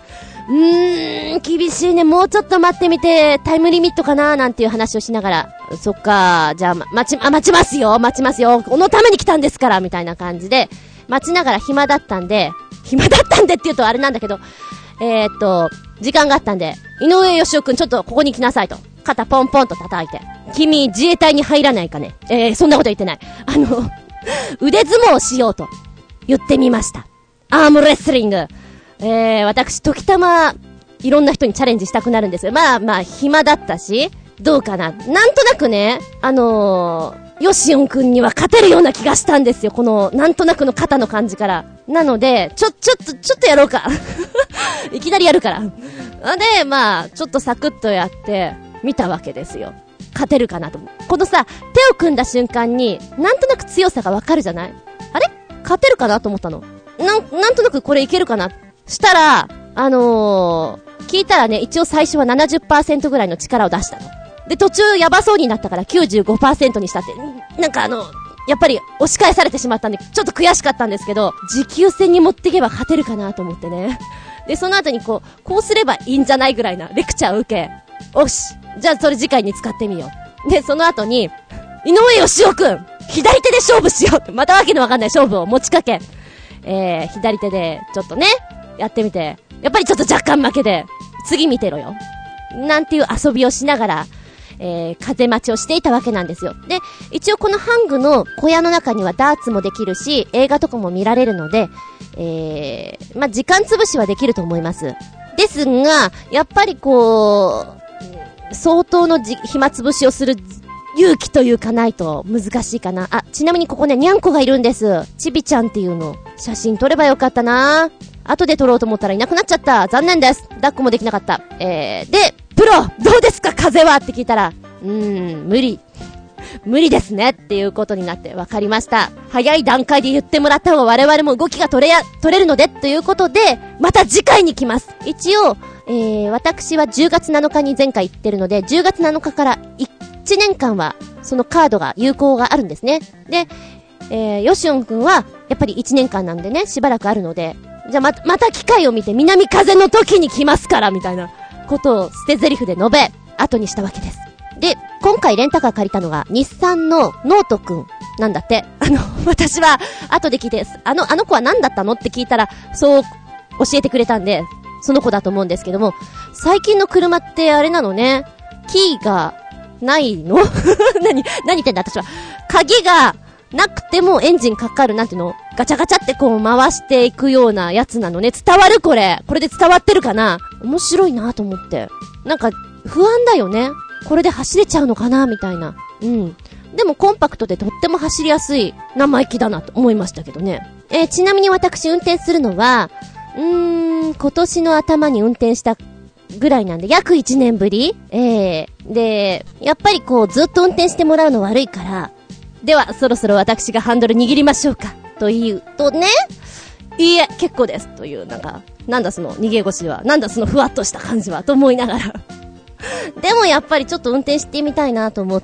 厳しいね。もうちょっと待ってみて、タイムリミットかななんていう話をしながら、そっか、じゃあ、待ちますよ。このために来たんですから、みたいな感じで、待ちながら暇だったんでって言うとあれなんだけど、時間があったんで、井上義雄くんちょっとここに来なさいと。肩ポンポンと叩いて。君、自衛隊に入らないかね。そんなこと言ってない。腕相撲をしようと言ってみました。アームレスリング。私、時たま、いろんな人にチャレンジしたくなるんですよ。まあ、暇だったし、どうかな。なんとなくね、ヨシオンくんには勝てるような気がしたんですよ。この、なんとなくの肩の感じから。なので、ちょっとやろうか。いきなりやるから。で、まあ、ちょっとサクッとやって、見たわけですよ。勝てるかなと。このさ、手を組んだ瞬間に、なんとなく強さがわかるじゃない？あれ？勝てるかなと思ったの。なんとなくこれいけるかな？したら、聞いたらね、一応最初は 70% ぐらいの力を出したの。で、途中やばそうになったから 95% にしたって、なんかやっぱり押し返されてしまったんで、ちょっと悔しかったんですけど、持久戦に持っていけば勝てるかなと思ってね。で、その後にこうすればいいんじゃないぐらいなレクチャーを受け、おし、じゃあそれ次回に使ってみよう。で、その後に、井上義雄くん、左手で勝負しようって、またわけのわかんない勝負を持ちかけ、左手でちょっとね、やってみて、やっぱりちょっと若干負けで、次見てろよ。なんていう遊びをしながら、風待ちをしていたわけなんですよ。で、一応このハングの小屋の中にはダーツもできるし、映画とかも見られるので、まあ、時間潰しはできると思います。ですが、やっぱり相当の暇潰しをする勇気というかないと難しいかな。あ、ちなみにここね、にゃんこがいるんです。ちびちゃんっていうの。写真撮ればよかったな。後で撮ろうと思ったらいなくなっちゃった。残念です。抱っこもできなかった。で、プロどうですか風はって聞いたら、無理ですねっていうことになって分かりました。早い段階で言ってもらった方が我々も動きが取れるのでということで、また次回に来ます。一応、私は10月7日に前回行ってるので、10月7日から1年間はそのカードが有効があるんですね。で、ヨシオンくんはやっぱり1年間なんでね、しばらくあるので、じゃあまた機会を見て南風の時に来ますからみたいなことを捨て台詞で述べ、後にしたわけです。で、今回レンタカー借りたのが日産のノートくんなんだって。私は後で聞いて、あの子は何だったのって聞いたら、そう教えてくれたんで、その子だと思うんですけども、最近の車ってあれなのね、キーがないの何言ってんだ私は。鍵がなくてもエンジンかかる、なんていうの？ガチャガチャってこう回していくようなやつなのね。伝わるこれで伝わってるかな？面白いなと思って。なんか不安だよね。これで走れちゃうのかなみたいな。でもコンパクトでとっても走りやすい生意気だなと思いましたけどね。ちなみに私運転するのは、今年の頭に運転したぐらいなんで、約1年ぶり？で、やっぱりずっと運転してもらうの悪いから、では、そろそろ私がハンドル握りましょうか。と言うとね、いいえ、結構です。という、なんだその逃げ腰は、なんだそのふわっとした感じは、と思いながら。でもやっぱりちょっと運転してみたいなと思って、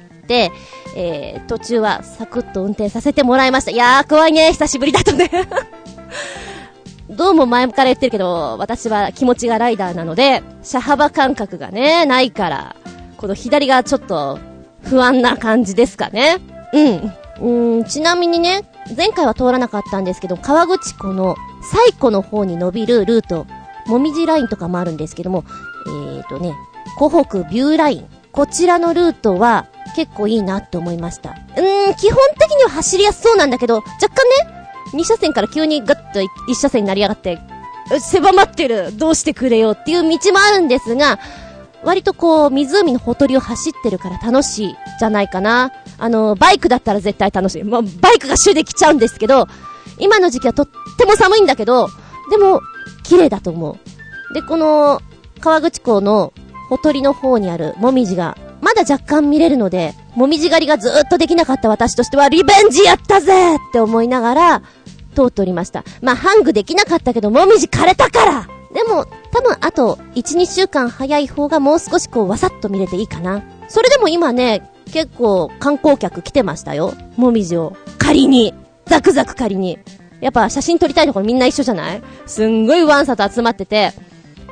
途中はサクッと運転させてもらいました。いやー、怖いね、久しぶりだとね。どうも前から言ってるけど、私は気持ちがライダーなので、車幅感覚がね、ないから、この左がちょっと不安な感じですかね。ちなみにね、前回は通らなかったんですけど、河口湖の最古の方に伸びるルート、もみじラインとかもあるんですけども、湖北ビューライン。こちらのルートは結構いいなって思いました。基本的には走りやすそうなんだけど、若干ね、2車線から急にガッと1車線になりやがって、狭まってる、どうしてくれよっていう道もあるんですが、割と湖のほとりを走ってるから楽しいじゃないかな。バイクだったら絶対楽しい。バイクが主で来ちゃうんですけど、今の時期はとっても寒いんだけど、でも、綺麗だと思う。で、この、河口湖のほとりの方にあるもみじが、まだ若干見れるので、もみじ狩りがずーっとできなかった私としては、リベンジやったぜって思いながら、通っておりました。ハングできなかったけど、もみじ枯れたからでも、多分あと、1、2週間早い方がもう少しわさっと見れていいかな。それでも今ね、結構観光客来てましたよ。もみじを。仮に。ザクザク仮に。やっぱ写真撮りたいところみんな一緒じゃない？すんごいワンサと集まってて、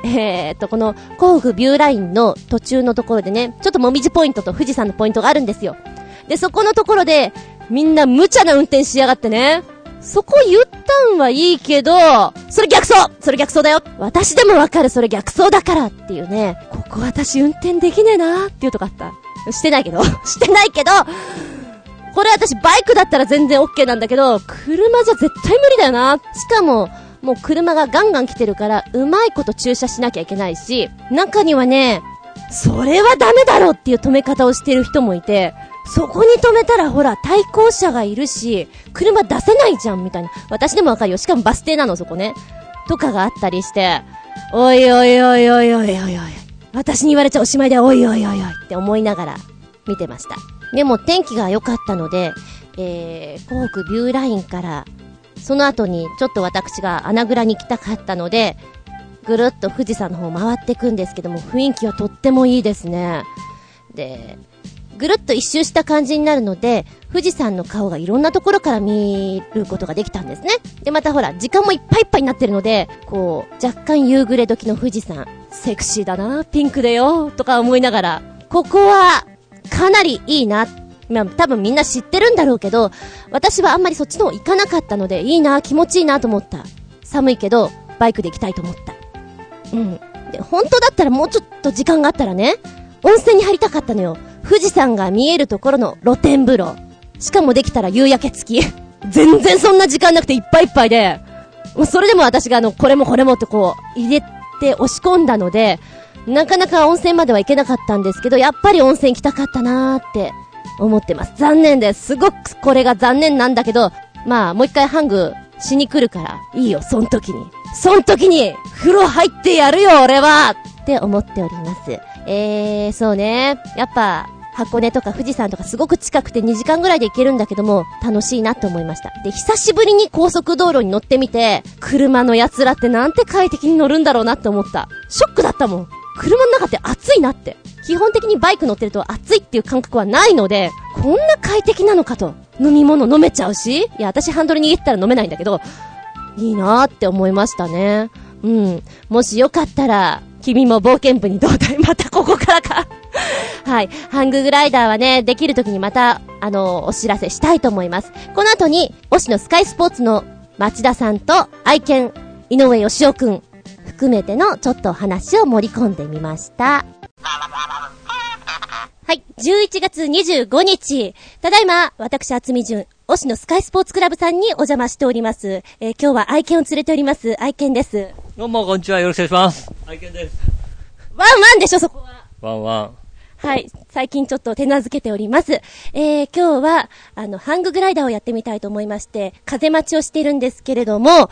この甲府ビューラインの途中のところでね、ちょっともみじポイントと富士山のポイントがあるんですよ。で、そこのところで、みんな無茶な運転しやがってね。そこ言ったんはいいけど、それ逆走だよ。私でもわかる、それ逆走だからっていうね。ここ私運転できねえなーっていうとこあった。してないけど、これ私バイクだったら全然 OK なんだけど、車じゃ絶対無理だよな。しかも、もう車がガンガン来てるから、うまいこと駐車しなきゃいけないし、中にはね、それはダメだろっていう止め方をしてる人もいて、そこに止めたらほら対向車がいるし車出せないじゃんみたいな。私でもわかるよ。しかもバス停なのそこね。とかがあったりして、おいおいおいおいおいおいおい、私に言われちゃおしまいだよ、おいおいおいおいって思いながら見てました。でも天気が良かったので、甲府ビューラインからその後にちょっと私が穴蔵に来たかったので、ぐるっと富士山の方回ってくんですけども、雰囲気はとってもいいですね。でぐるっと一周した感じになるので、富士山の顔がいろんなところから見ることができたんですね。で、またほら、時間もいっぱいいっぱいになってるので、こう、若干夕暮れ時の富士山、セクシーだな、ピンクでよ、とか思いながら、ここは、かなりいいな。まあ、多分みんな知ってるんだろうけど、私はあんまりそっちの方行かなかったので、いいな、気持ちいいなと思った。寒いけど、バイクで行きたいと思った。うん。で、本当だったらもうちょっと時間があったらね、温泉に入りたかったのよ。富士山が見えるところの露天風呂。しかもできたら夕焼け付き。全然そんな時間なくていっぱいいっぱいで、それでも私がこれもこれもってこう、入れて押し込んだので、なかなか温泉までは行けなかったんですけど、やっぱり温泉行きたかったなーって思ってます。残念です。すごくこれが残念なんだけど、まあもう一回ハングしに来るから、いいよ、その時に、風呂入ってやるよ、俺はって思っております。そうね。やっぱ、箱根とか富士山とかすごく近くて2時間ぐらいで行けるんだけども、楽しいなって思いました。で、久しぶりに高速道路に乗ってみて、車の奴らってなんて快適に乗るんだろうなって思った。ショックだったもん。車の中って暑いなって。基本的にバイク乗ってると暑いっていう感覚はないので、こんな快適なのかと。飲み物飲めちゃうし、いや、私ハンドル握ったら飲めないんだけど、いいなーって思いましたね。うん。もしよかったら、君も冒険部にどうだい？またここからか。はい。ハンググライダーはね、できる時にまた、お知らせしたいと思います。この後に、推しのスカイスポーツの町田さんと愛犬、井上義雄くん、含めてのちょっと話を盛り込んでみました。はい。11月25日、ただいま、私、厚み純、推しのスカイスポーツクラブさんにお邪魔しております。今日は愛犬を連れております。愛犬です。 どうも、こんにちは。よろしくお願いします。愛犬です。 ワンワンでしょ、そこは。 ワンワン。 はい。最近ちょっと手なずけております。今日は、ハンググライダーをやってみたいと思いまして、風待ちをしているんですけれども、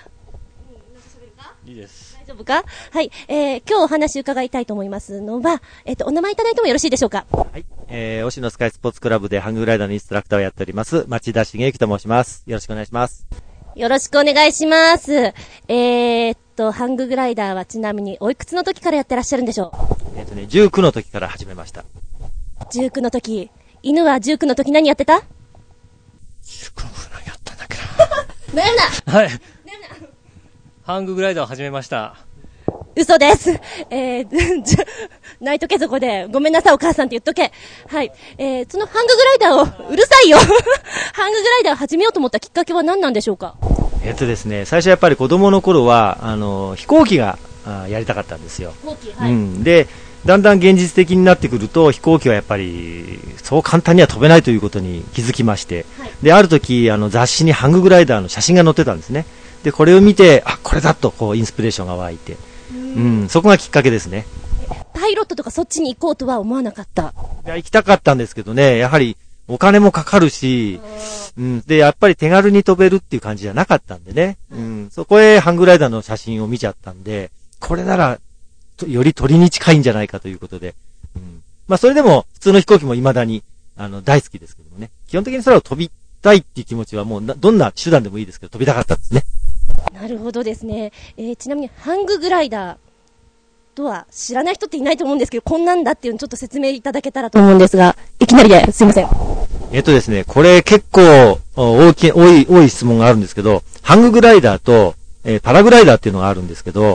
いいです。 大丈夫か？はい。今日お話伺いたいと思いますのは、お名前いただいてもよろしいでしょうか？ はい。推しのスカイスポーツクラブでハンググライダーのインストラクターをやっております、町田茂之と申します。よろしくお願いします。 よろしくお願いします。ハンググライダーはちなみにおいくつの時からやってらっしゃるんでしょう ？19の時から始めました。 19の時。犬は19の時何やってた？ 19の時何やったんだっけな。悩むな。 はい。ハンググライダーを始めました。 嘘です。泣いとけそこで。ごめんなさいお母さんって言っとけ。はい。そのハンググライダーを、うるさいよハンググライダーを始めようと思ったきっかけは何なんでしょうか？ ですね、最初やっぱり子供の頃は、飛行機がやりたかったんですよ。 飛行機、はい。 で、だんだん現実的になってくると、飛行機はやっぱり、そう簡単には飛べないということに気づきまして、はい、で、ある時、雑誌にハンググライダーの写真が載ってたんですね。で、これを見て、あ、これだと、こう、インスピレーションが湧いて、そこがきっかけですね。 パイロットとかそっちに行こうとは思わなかった？ いや、行きたかったんですけどね、やはり、お金もかかるし、で、やっぱり手軽に飛べるっていう感じじゃなかったんでね、そこへハンググライダーの写真を見ちゃったんで、これなら、より鳥に近いんじゃないかということで、まあ、それでも、普通の飛行機も未だに、大好きですけどもね、基本的に空を飛びたいっていう気持ちはもう、どんな手段でもいいですけど、飛びたかったですね。 なるほどですね。ちなみに、ハンググライダーとは知らない人っていないと思うんですけど、こんなんだっていうのをちょっと説明いただけたらと思うんですが、いきなりですいません。 ですね、これ結構、多い質問があるんですけど、ハンググライダーと、パラグライダーっていうのがあるんですけど、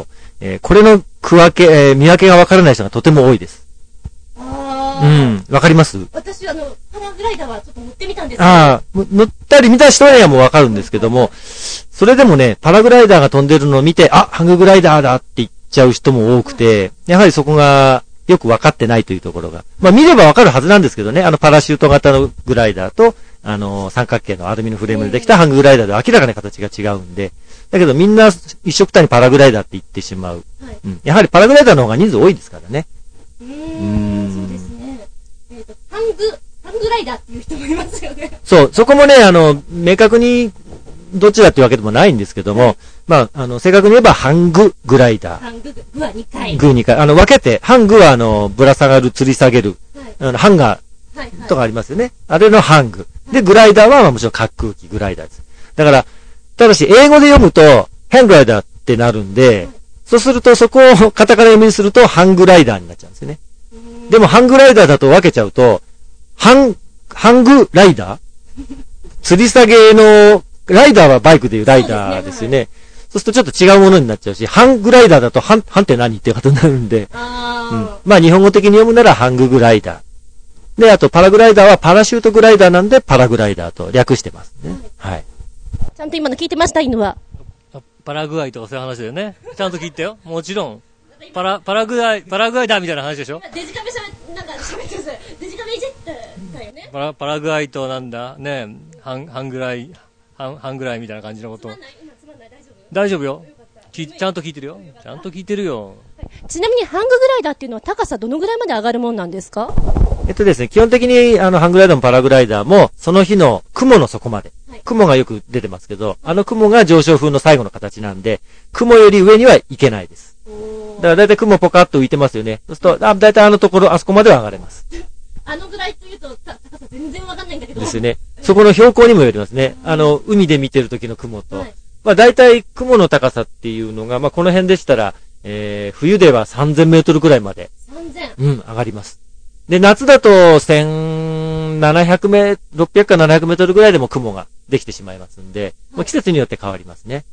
これの見分けがわからない人がとても多いです。わかります？ 私パラグライダーはちょっと乗ってみたんですけど。 乗ったり見た人にはもうわかるんですけども、それでもね、パラグライダーが飛んでるのを見て、ハンググライダーだって言っちゃう人も多くて、やはりそこがよくわかってないというところが。見ればわかるはずなんですけどね、パラシュート型のグライダーと、三角形のアルミのフレームでできたハンググライダーで明らかに形が違うんで、だけどみんな一緒くたにパラグライダーって言ってしまう。やはりパラグライダーの方が人数多いですからね。 そうですね。ハングライダーっていう人もいますよね。そう、 そこもね、明確にどっちだっていうわけでもないんですけども、正確に言えばハンググライダー。 ハングは2回。 2回。分けて、ハングはぶら下がる、吊り下げる、ハンガーとかありますよね。あれのハング。で、グライダーはもちろん滑空機グライダーです。だから、ただし英語で読むと、ハングライダーってなるんで、そうするとそこをカタカナ読みにすると、ハングライダーになっちゃうんですよね。でも、ハングライダーだと分けちゃうと、ハングライダー吊り下げの、ライダーはバイクでいうライダーですよね。そうするとちょっと違うものになっちゃうし、ハングライダーだと、ハンって何っていうことになるんで、日本語的に読むならハンググライダー。で、あとパラグライダーはパラシュートグライダーなんで、パラグライダーと略してますね。はい。 ちゃんと今の聞いてました、犬は。 パラグアイとかそういう話だよね。ちゃんと聞いてよ。もちろん。パラグアイダーみたいな話でしょ。 デジカメなんか喋ってください。デジカメいじったよね。 パラグアイとなんだね、ハングライみたいな感じのこと。大丈夫よ。ちゃんと聞いてるよ。ちゃんと聞いてるよ。 ちなみにハンググライダーっていうのは高さどのぐらいまで上がるもんなんですか？ ですね、基本的にハングライダーもパラグライダーも、その日の雲の底まで。雲がよく出てますけど、雲が上昇風の最後の形なんで、雲より上にはいけないです。だからだいたい雲ポカッと浮いてますよね。そうすると、だいたいところ、あそこまでは上がれます。 ぐらいというと、高さ全然わかんないんだけど。 ですよね。そこの標高にもよりますね。海で見てる時の雲と。だいたい雲の高さっていうのが、この辺でしたら、冬では3000メートルくらいまで。 3000？ 上がります。で、夏だと600か700メートルぐらいでも雲ができてしまいますんで、季節によって変わりますね。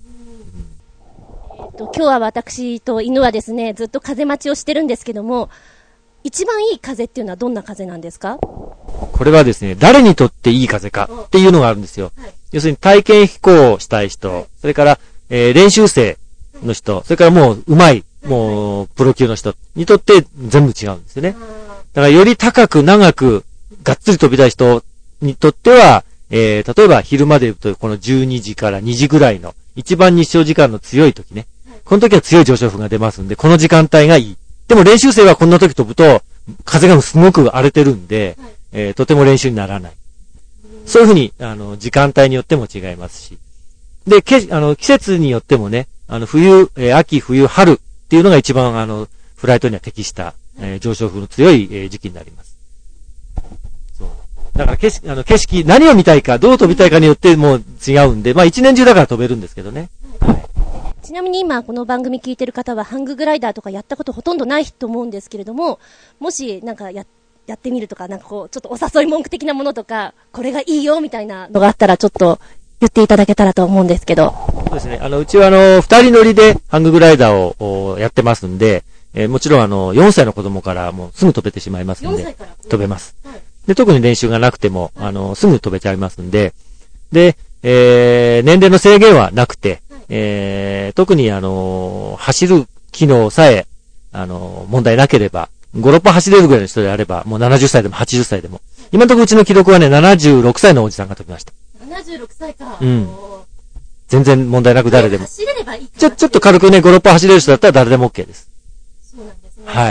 今日は私と犬はですね、ずっと風待ちをしてるんですけども、一番いい風っていうのはどんな風なんですか？ これはですね、誰にとっていい風かっていうのがあるんですよ。要するに体験飛行をしたい人、それから、練習生の人、それからもう上手い、もうプロ級の人にとって全部違うんですよね。だからより高く長くがっつり飛びたい人にとっては、例えば昼間で言うとこの12時から2時ぐらいの一番日照時間の強い時ね。この時は強い上昇風が出ますんで、この時間帯がいい。でも練習生はこんな時飛ぶと風がすごく荒れてるんで、とても練習にならない。そういうふうに、時間帯によっても違いますし。で、季節によってもね、冬、秋、冬、春っていうのが一番、フライトには適した、上昇風の強い、時期になります。そう。だから景色、何を見たいか、どう飛びたいかによっても違うんで、一年中だから飛べるんですけどね。はい。 ちなみに今この番組聞いてる方はハンググライダーとかやったことほとんどないと思うんですけれども、もしなんかやってみるとか、なんかこう、ちょっとお誘い文句的なものとか、これがいいよみたいなのがあったらちょっと言っていただけたらと思うんですけど。 そうですね。うちは二人乗りでハンググライダーをやってますんで、もちろん4歳の子供からもうすぐ飛べてしまいますんで、飛べます。はい、で、特に練習がなくても、すぐ飛べちゃいますんで、で、年齢の制限はなくて、特に走る機能さえ、問題なければ、5、6本走れるぐらいの人であれば、もう70歳でも80歳でも。今のところうちの記録はね、76歳のおじさんが飛びました。 76歳か。 うん。全然問題なく誰でも。 走れればいいちょっと軽くね、5、6本走れる人だったら誰でも OK です。 そうなんですね。 はい。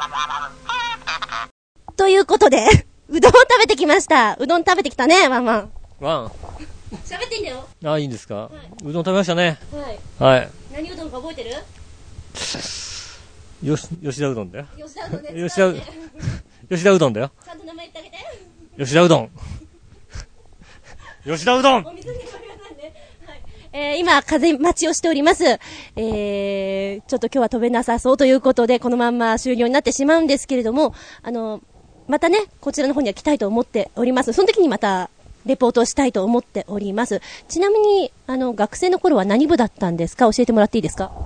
ということで、うどんを食べてきました。うどん食べてきたね、ワンワン。 ワン。 喋っていいんだよ。 いいんですか、うどん食べましたね。 はい。何うどんか覚えてる？ 吉田うどんだよ。 吉田うどんね。 吉田うどんだよ。 ちゃんと名前言ってあげて。 吉田うどん。吉田うどん。 お水にもありませんね。はい。今、風待ちをしております。ちょっと今日は飛べなさそうということで、このまんま終了になってしまうんですけれども、またね、こちらの方には来たいと思っております。その時にまた、レポートをしたいと思っております。ちなみに、学生の頃は何部だったんですか？教えてもらっていいですか？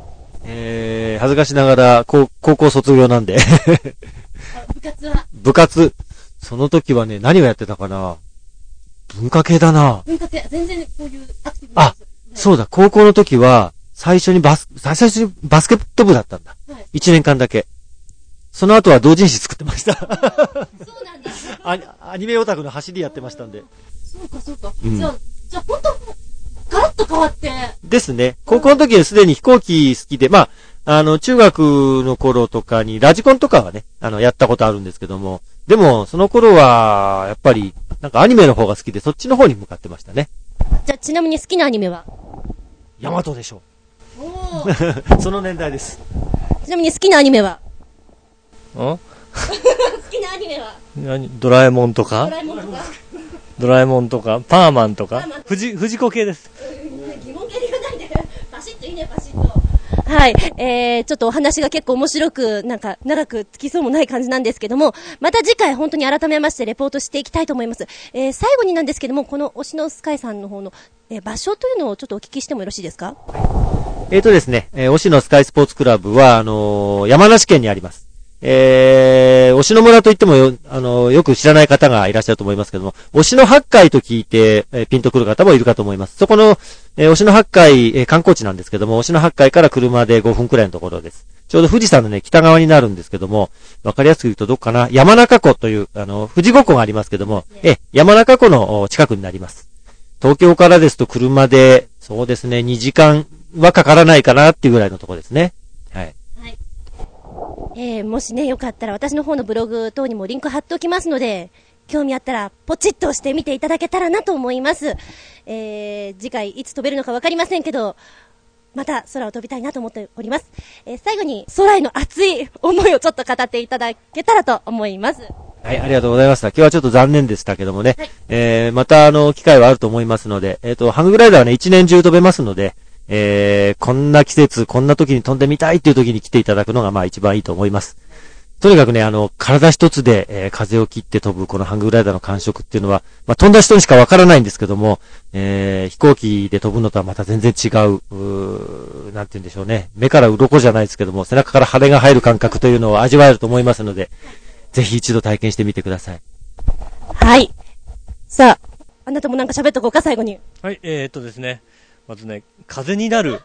恥ずかしながら、高校卒業なんで。 部活は部活。その時はね、何をやってたかな。文化系だな。 文化系、全然こういうアクティブな。 あ、そうだ、高校の時は、最初にバスケット部だったんだ。はい、1年間だけ。その後は同人誌作ってました。そうなんだ。アニメオタクの走りやってましたんで。 そうか。じゃあ本当ガラッと変わって。ですね。 高校の時はすでに飛行機好きで、まあ、中学の頃とかにラジコンとかはね、やったことあるんですけども、でも、その頃は、やっぱり、なんかアニメの方が好きで、そっちの方に向かってましたね。 じゃあ、ちなみに好きなアニメはヤマトでしょう。 その年代です。 ちなみに好きなアニメは好きなアニメはドラえもんとかドラえもんとか、パーマンとか、藤子系です。 疑問系で言わないで。パシッといいね、パシッと。はい。ちょっとお話が結構面白く、なんか長くつきそうもない感じなんですけども、また次回本当に改めましてレポートしていきたいと思います。最後になんですけども、この推しのスカイさんの方の、場所というのをちょっとお聞きしてもよろしいですか？ ですね、推しのスカイスポーツクラブは、山梨県にあります。推しの村といってもよく知らない方がいらっしゃると思いますけども、推しの八海と聞いて、ピンとくる方もいるかと思います。そこの、推しの八海、観光地なんですけども、推しの八海から車で5分くらいのところです。ちょうど富士山のね、北側になるんですけども、わかりやすく言うとどっかな、山中湖という、富士五湖がありますけども、山中湖の近くになります。東京からですと車で、そうですね、2時間はかからないかなっていうぐらいのところですね。はい。 もしね、よかったら私の方のブログ等にもリンク貼っておきますので、興味あったらポチッと押して見ていただけたらなと思います。次回いつ飛べるのかわかりませんけど、また空を飛びたいなと思っております。最後に空への熱い思いをちょっと語っていただけたらと思います。 はい、ありがとうございました。今日はちょっと残念でしたけどもね、はい、また機会はあると思いますので、ハンググライダーはね、一年中飛べますので、こんな季節、こんな時に飛んでみたいっていう時に来ていただくのがまあ一番いいと思います。とにかくね、体一つで、風を切って飛ぶこのハンググライダーの感触っていうのは、まあ飛んだ人にしかわからないんですけども、飛行機で飛ぶのとはまた全然違う、なんて言うんでしょうね。目から鱗じゃないですけども、背中から羽が生える感覚というのを味わえると思いますので、ぜひ一度体験してみてください。 はい。さあ、あなたもなんか喋っとこうか、最後に。 はい、ですね。まずね、風になる、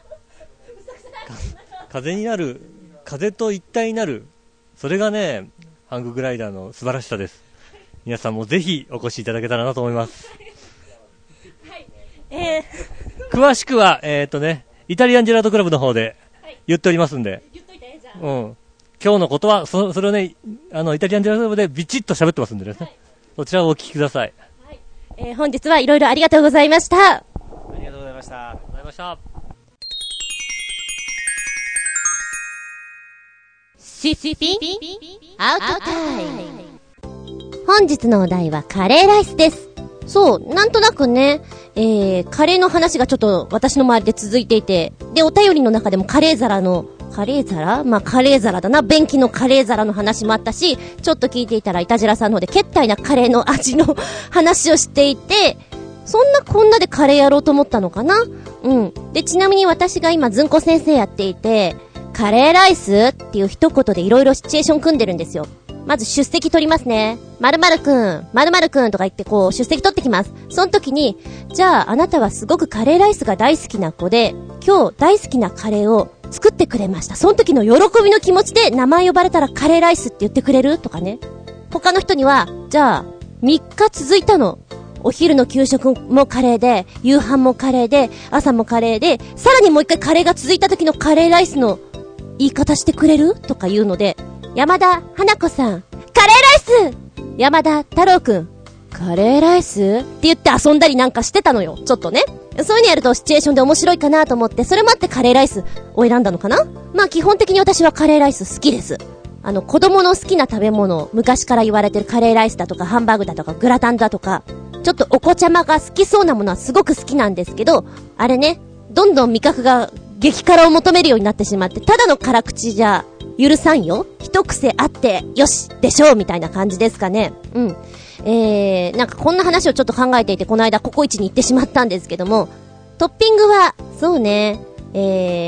風と一体になる、それがね、ハンググライダーの素晴らしさです。皆さんもぜひお越しいただけたらなと思います。はい、詳しくは、イタリアンジェラートクラブの方で言っておりますんで、言っといて、じゃあ。今日のことは、それをね、イタリアンジェラートクラブでビチッと喋ってますんでね、はい、そちらをお聞きください。 はい、本日はいろいろありがとうございました。 ありがとうございました。ありがとうございました。 シッピアウトタイム。本日のお題はカレーライスです。そう、なんとなくね、カレーの話がちょっと私の周りで続いていて、で、お便りの中でもカレー皿まあ、カレー皿だな。便器のカレー皿の話もあったし、ちょっと聞いていたらイタジラさんの方でけったいなカレーの味の話をしていて、そんなこんなでカレーやろうと思ったのかな。で、ちなみに私が今ずんこ先生やっていて、カレーライスっていう一言でいろいろシチュエーション組んでるんですよ。まず出席取りますね。〇〇くん、〇〇くんとか言ってこう出席取ってきます。その時に、じゃああなたはすごくカレーライスが大好きな子で、今日大好きなカレーを作ってくれました。その時の喜びの気持ちで名前呼ばれたらカレーライスって言ってくれるとかね。他の人には、じゃあ3日続いたの。お昼の給食もカレーで、夕飯もカレーで、朝もカレーで、さらにもう一回カレーが続いた時のカレーライスの言い方してくれるとか言うので、山田花子さん、カレーライス！山田太郎くん、カレーライスって言って遊んだりなんかしてたのよ。ちょっとね。そういうのやるとシチュエーションで面白いかなと思って、それもあってカレーライスを選んだのかな。まあ基本的に私はカレーライス好きです。子供の好きな食べ物、昔から言われてるカレーライスだとかハンバーグだとかグラタンだとか、ちょっとお子ちゃまが好きそうなものはすごく好きなんですけど、あれね、どんどん味覚が激辛を求めるようになってしまって、ただの辛口じゃ許さんよ。一癖あってよしでしょうみたいな感じですかね。なんかこんな話をちょっと考えていて、この間ココイチに行ってしまったんですけども、トッピングはそうね、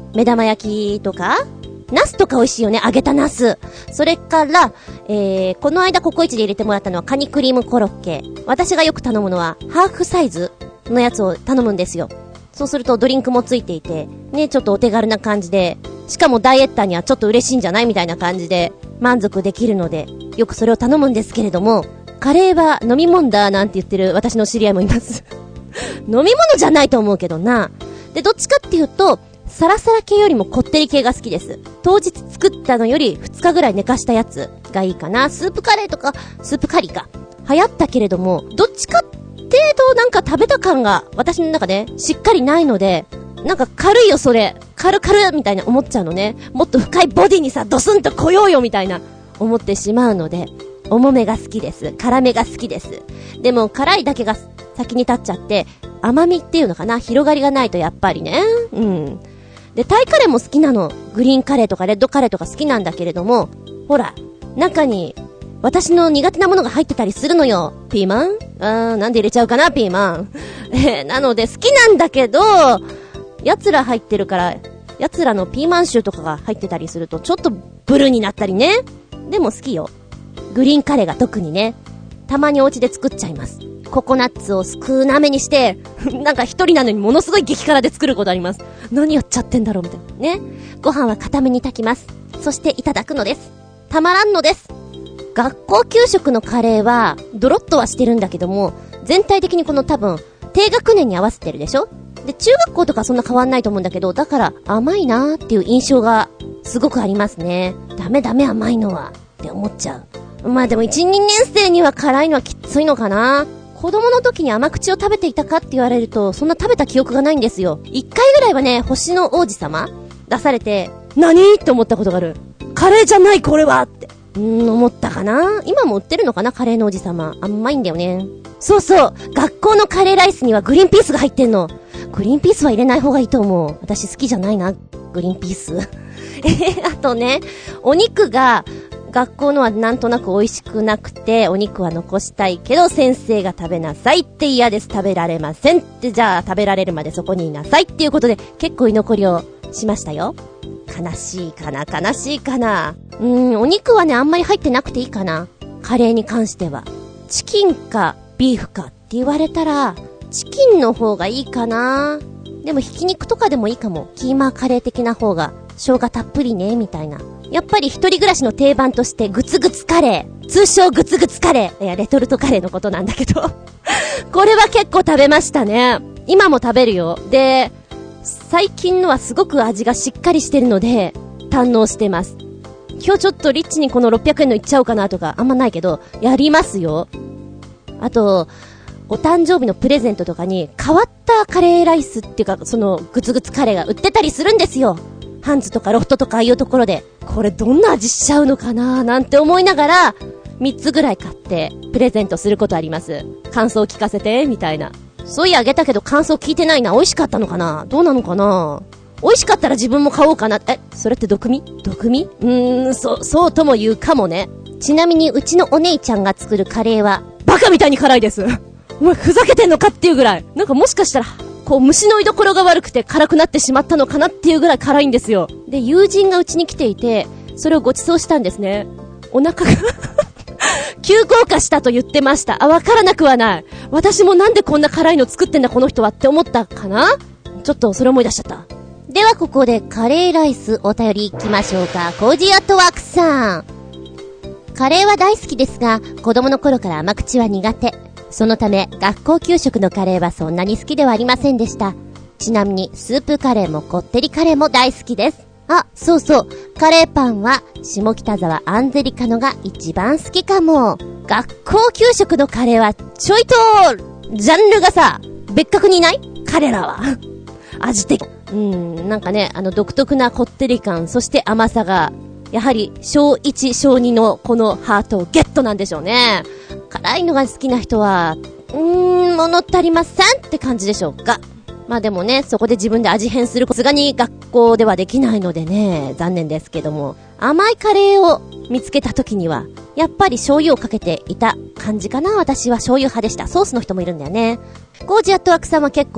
目玉焼きとか、ナスとか美味しいよね、揚げたナス。それから、この間ココイチで入れてもらったのはカニクリームコロッケ。私がよく頼むのはハーフサイズのやつを頼むんですよ。そうするとドリンクもついていて、ね、ちょっとお手軽な感じで、しかもダイエッターにはちょっと嬉しいんじゃないみたいな感じで満足できるので、よくそれを頼むんですけれども、カレーは飲み物だなんて言ってる私の知り合いもいます。飲み物じゃないと思うけどな。で、どっちかっていうと、サラサラ系よりもこってり系が好きです。当日作ったのより2日ぐらい寝かしたやつがいいかな。スープカレーとか、スープカリーか。流行ったけれども、どっちかっていうとなんか食べた感が私の中でしっかりないので、なんか軽いよそれ。軽みたいな思っちゃうのね。もっと深いボディにさ、ドスンと来ようよみたいな思ってしまうので、重めが好きです。辛めが好きです。でも辛いだけが先に立っちゃって、甘みっていうのかな、広がりがないとやっぱりね。うん。で、タイカレーも好きなの。グリーンカレーとかレッドカレーとか好きなんだけれども、ほら、中に私の苦手なものが入ってたりするのよ。ピーマン？なんで入れちゃうかな、ピーマン。なので好きなんだけど、奴ら入ってるから、奴らのピーマン臭とかが入ってたりするとちょっとブルーになったりね。でも好きよ。グリーンカレーが特にね。たまにお家で作っちゃいます。ココナッツを少なめにしてなんか一人なのにものすごい激辛で作ることあります。何やっちゃってんだろうみたいなね。ご飯は固めに炊きます。そしていただくのです。たまらんのです。学校給食のカレーはドロッとはしてるんだけども、全体的にこの多分低学年に合わせてるでしょ。で、中学校とかそんな変わんないと思うんだけど、だから甘いなーっていう印象がすごくありますね。ダメ甘いのはって思っちゃう。まあでも 1,2 年生には辛いのはきついのかな。子供の時に甘口を食べていたかって言われると、そんな食べた記憶がないんですよ。1回ぐらいはね、星の王子様出されて、何って思ったことがある。カレーじゃないこれはって思ったかな。今も売ってるのかな、カレーの王子様。甘いんだよね。そうそう、学校のカレーライスにはグリーンピースが入ってんの。グリーンピースは入れない方がいいと思う。私好きじゃないな、グリーンピース。あとね、お肉が学校のはなんとなく美味しくなくて、お肉は残したいけど先生が食べなさいって嫌です、食べられませんって、じゃあ食べられるまでそこにいなさいっていうことで結構居残りをしましたよ。悲しいかな。お肉はねあんまり入ってなくていいかな。カレーに関してはチキンかビーフかって言われたらチキンの方がいいかな。でもひき肉とかでもいいかも。キーマカレー的な方が生姜たっぷりねみたいな。やっぱり一人暮らしの定番としてグツグツカレー、通称グツグツカレー、いやレトルトカレーのことなんだけどこれは結構食べましたね。今も食べるよ。で、最近のはすごく味がしっかりしてるので堪能してます。今日ちょっとリッチにこの600円のいっちゃおうかなとかあんまないけどやりますよ。あとお誕生日のプレゼントとかに変わったカレーライスっていうか、そのグツグツカレーが売ってたりするんですよ。ハンズとかロフトとかああいうところで、これどんな味しちゃうのかななんて思いながら3つぐらい買ってプレゼントすることあります。感想聞かせてみたいな。そういやあげたけど感想聞いてないな。美味しかったのかな、どうなのかな。美味しかったら自分も買おうかな。それって毒味そうとも言うかもね。ちなみにうちのお姉ちゃんが作るカレーはバカみたいに辛いですお前ふざけてんのかっていうぐらい、なんかもしかしたらこう虫の居所が悪くて辛くなってしまったのかなっていうぐらい辛いんですよ。で、友人がうちに来ていてそれをご馳走したんですね。お腹が急降下したと言ってました。わからなくはない。私もなんでこんな辛いの作ってんだこの人はって思ったかな。ちょっとそれ思い出しちゃった。ではここでカレーライスお便り行きましょうか。コージーアットワークさん。カレーは大好きですが子供の頃から甘口は苦手。そのため学校給食のカレーはそんなに好きではありませんでした。ちなみにスープカレーもこってりカレーも大好きです。そうそう、カレーパンは下北沢アンゼリカのが一番好きかも。学校給食のカレーはちょいとジャンルがさ別格にいない？彼らは味的なんかね、独特なこってり感、そして甘さがやはり小1小2のこのハートをゲットなんでしょうね。辛いのが好きな人は物足りませんって感じでしょうか。まあでもね、そこで自分で味変するさすがに学校ではできないのでね、残念ですけども、甘いカレーを見つけた時にはやっぱり醤油をかけていた感じかな。私は醤油派でした。ソースの人もいるんだよね。コージアットワークさんは結構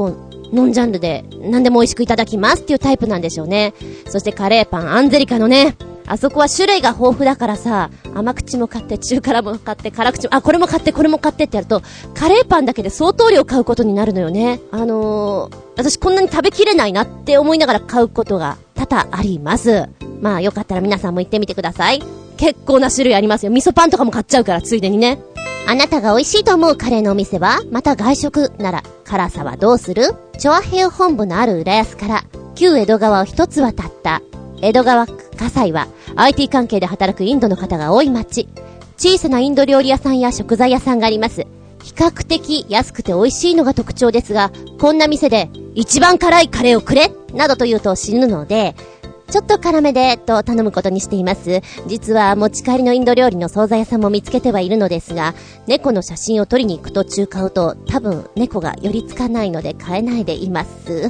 ノンジャンルで何でも美味しくいただきますっていうタイプなんでしょうね。そしてカレーパン、アンゼリカのね、あそこは種類が豊富だからさ、甘口も買って、中辛も買って、辛口も、これも買って、これも買ってってやると、カレーパンだけで相当量買うことになるのよね。私こんなに食べきれないなって思いながら買うことが多々あります。まあよかったら皆さんも行ってみてください。結構な種類ありますよ。味噌パンとかも買っちゃうから、ついでにね。あなたが美味しいと思うカレーのお店は、また外食なら辛さはどうする？チョアヘヨ本部のある浦安から旧江戸川を一つ渡った江戸川区葛西は IT 関係で働くインドの方が多い町。小さなインド料理屋さんや食材屋さんがあります。比較的安くて美味しいのが特徴ですが、こんな店で一番辛いカレーをくれなどと言うと死ぬので、ちょっと辛めでと頼むことにしています。実は持ち帰りのインド料理の惣菜屋さんも見つけてはいるのですが、猫の写真を撮りに行く途中買うと多分猫が寄りつかないので買えないでいます。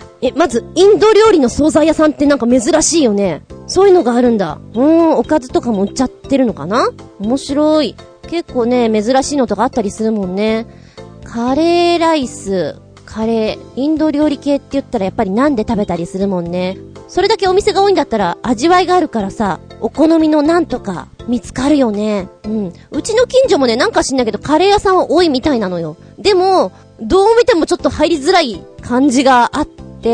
まずインド料理の惣菜屋さんってなんか珍しいよね。そういうのがあるんだ。おかずとかも売っちゃってるのかな？面白い。結構ね、珍しいのとかあったりするもんね。カレーライス、カレー、インド料理系って言ったらやっぱりナンで食べたりするもんね。それだけお店が多いんだったら味わいがあるからさ、お好みのナンとか見つかるよね。うちの近所もね、なんか知んないけどカレー屋さんは多いみたいなのよ。でも、どう見てもちょっと入りづらい感じがあって、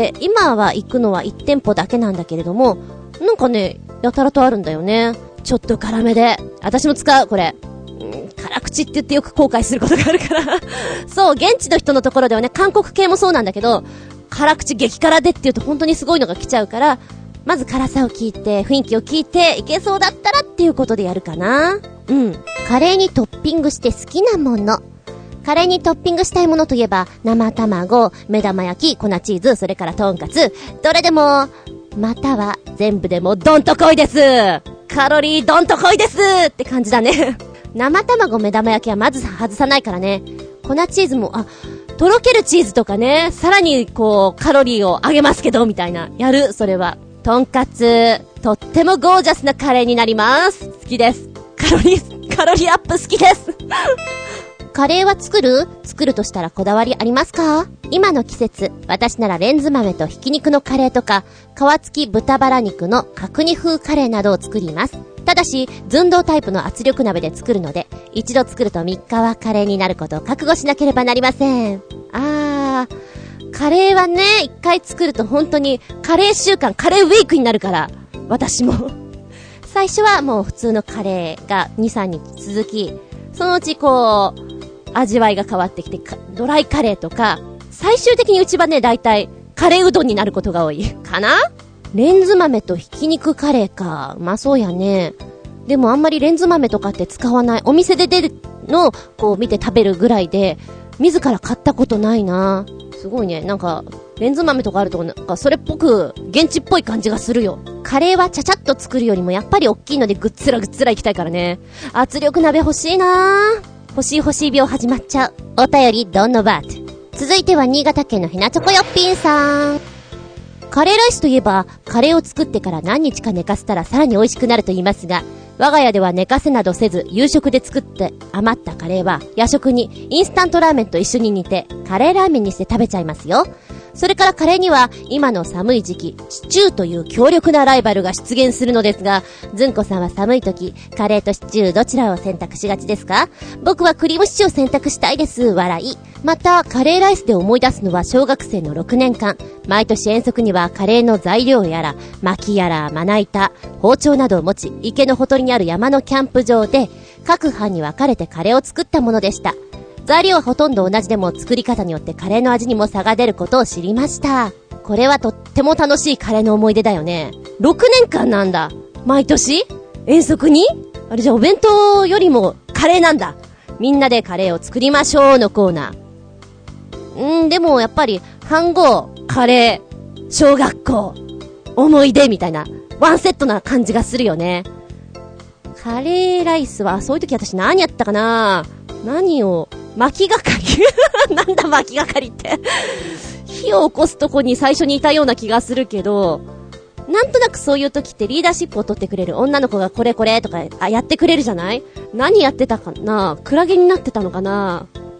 今は行くのは1店舗だけなんだけれども、なんかね、やたらとあるんだよね。ちょっと辛めで。私も使う、これ。辛口って言ってよく後悔することがあるからそう、現地の人のところではね、韓国系もそうなんだけど、辛口激辛でって言うと本当にすごいのが来ちゃうから、まず辛さを聞いて、雰囲気を聞いて、いけそうだったらっていうことでやるかな。カレーにトッピングして好きなもの。カレーにトッピングしたいものといえば、生卵、目玉焼き、粉チーズ、それからトンカツ、どれでも、または全部でもドンとこいです。カロリードンとこいですって感じだね生卵、目玉焼きはまず外さないからね。粉チーズも、とろけるチーズとかね、さらにこうカロリーを上げますけどみたいな、やる。それはトンカツ、とってもゴージャスなカレーになります。好きです。カロリーアップ好きですカレーは作るとしたらこだわりありますか？今の季節、私ならレンズ豆とひき肉のカレーとか、皮付き豚バラ肉の角煮風カレーなどを作ります。ただし、寸胴タイプの圧力鍋で作るので、一度作ると3日はカレーになることを覚悟しなければなりません。カレーはね、1回作ると本当にカレー週間、カレーウィークになるから、私も。最初はもう普通のカレーが2、3日続き、そのうちこう、味わいが変わってきて、ドライカレーとか、最終的にうちはね、だいたいカレーうどんになることが多いかな。レンズ豆とひき肉カレーか。まあそうやね。でもあんまりレンズ豆とかって使わない。お店で出るのをこう見て食べるぐらいで、自ら買ったことないな。すごいね。なんか、レンズ豆とかあるとなんかそれっぽく、現地っぽい感じがするよ。カレーはちゃちゃっと作るよりもやっぱり大きいのでぐっつらぐっつらいきたいからね。圧力鍋欲しいな。欲しい病始まっちゃう。お便りどんのバート。続いては新潟県のひなチョコよっぴんさん。カレーライスといえば、カレーを作ってから何日か寝かせたらさらに美味しくなると言いますが、我が家では寝かせなどせず、夕食で作って余ったカレーは、夜食にインスタントラーメンと一緒に煮て、カレーラーメンにして食べちゃいますよ。それからカレーには、今の寒い時期、シチューという強力なライバルが出現するのですが、ずんこさんは寒い時、カレーとシチューどちらを選択しがちですか？僕はクリームシチューを選択したいです。笑い。また、カレーライスで思い出すのは小学生の6年間。毎年遠足にはカレーの材料やら、薪やら、まな板、包丁などを持ち、池のほとりにある山のキャンプ場で、各班に分かれてカレーを作ったものでした。材料はほとんど同じでも作り方によってカレーの味にも差が出ることを知りました。これはとっても楽しいカレーの思い出だよね。6年間なんだ。毎年遠足に？あれじゃあお弁当よりもカレーなんだ。みんなでカレーを作りましょうのコーナー。でもやっぱり飯盒、カレー、小学校、思い出みたいなワンセットな感じがするよね。カレーライスはそういう時私何やったかな？何を巻きがかりなんだ巻きがかりって火を起こすとこに最初にいたような気がするけど、なんとなくそういう時ってリーダーシップを取ってくれる女の子がこれこれとかやってくれるじゃない？何やってたかな？クラゲになってたのかな？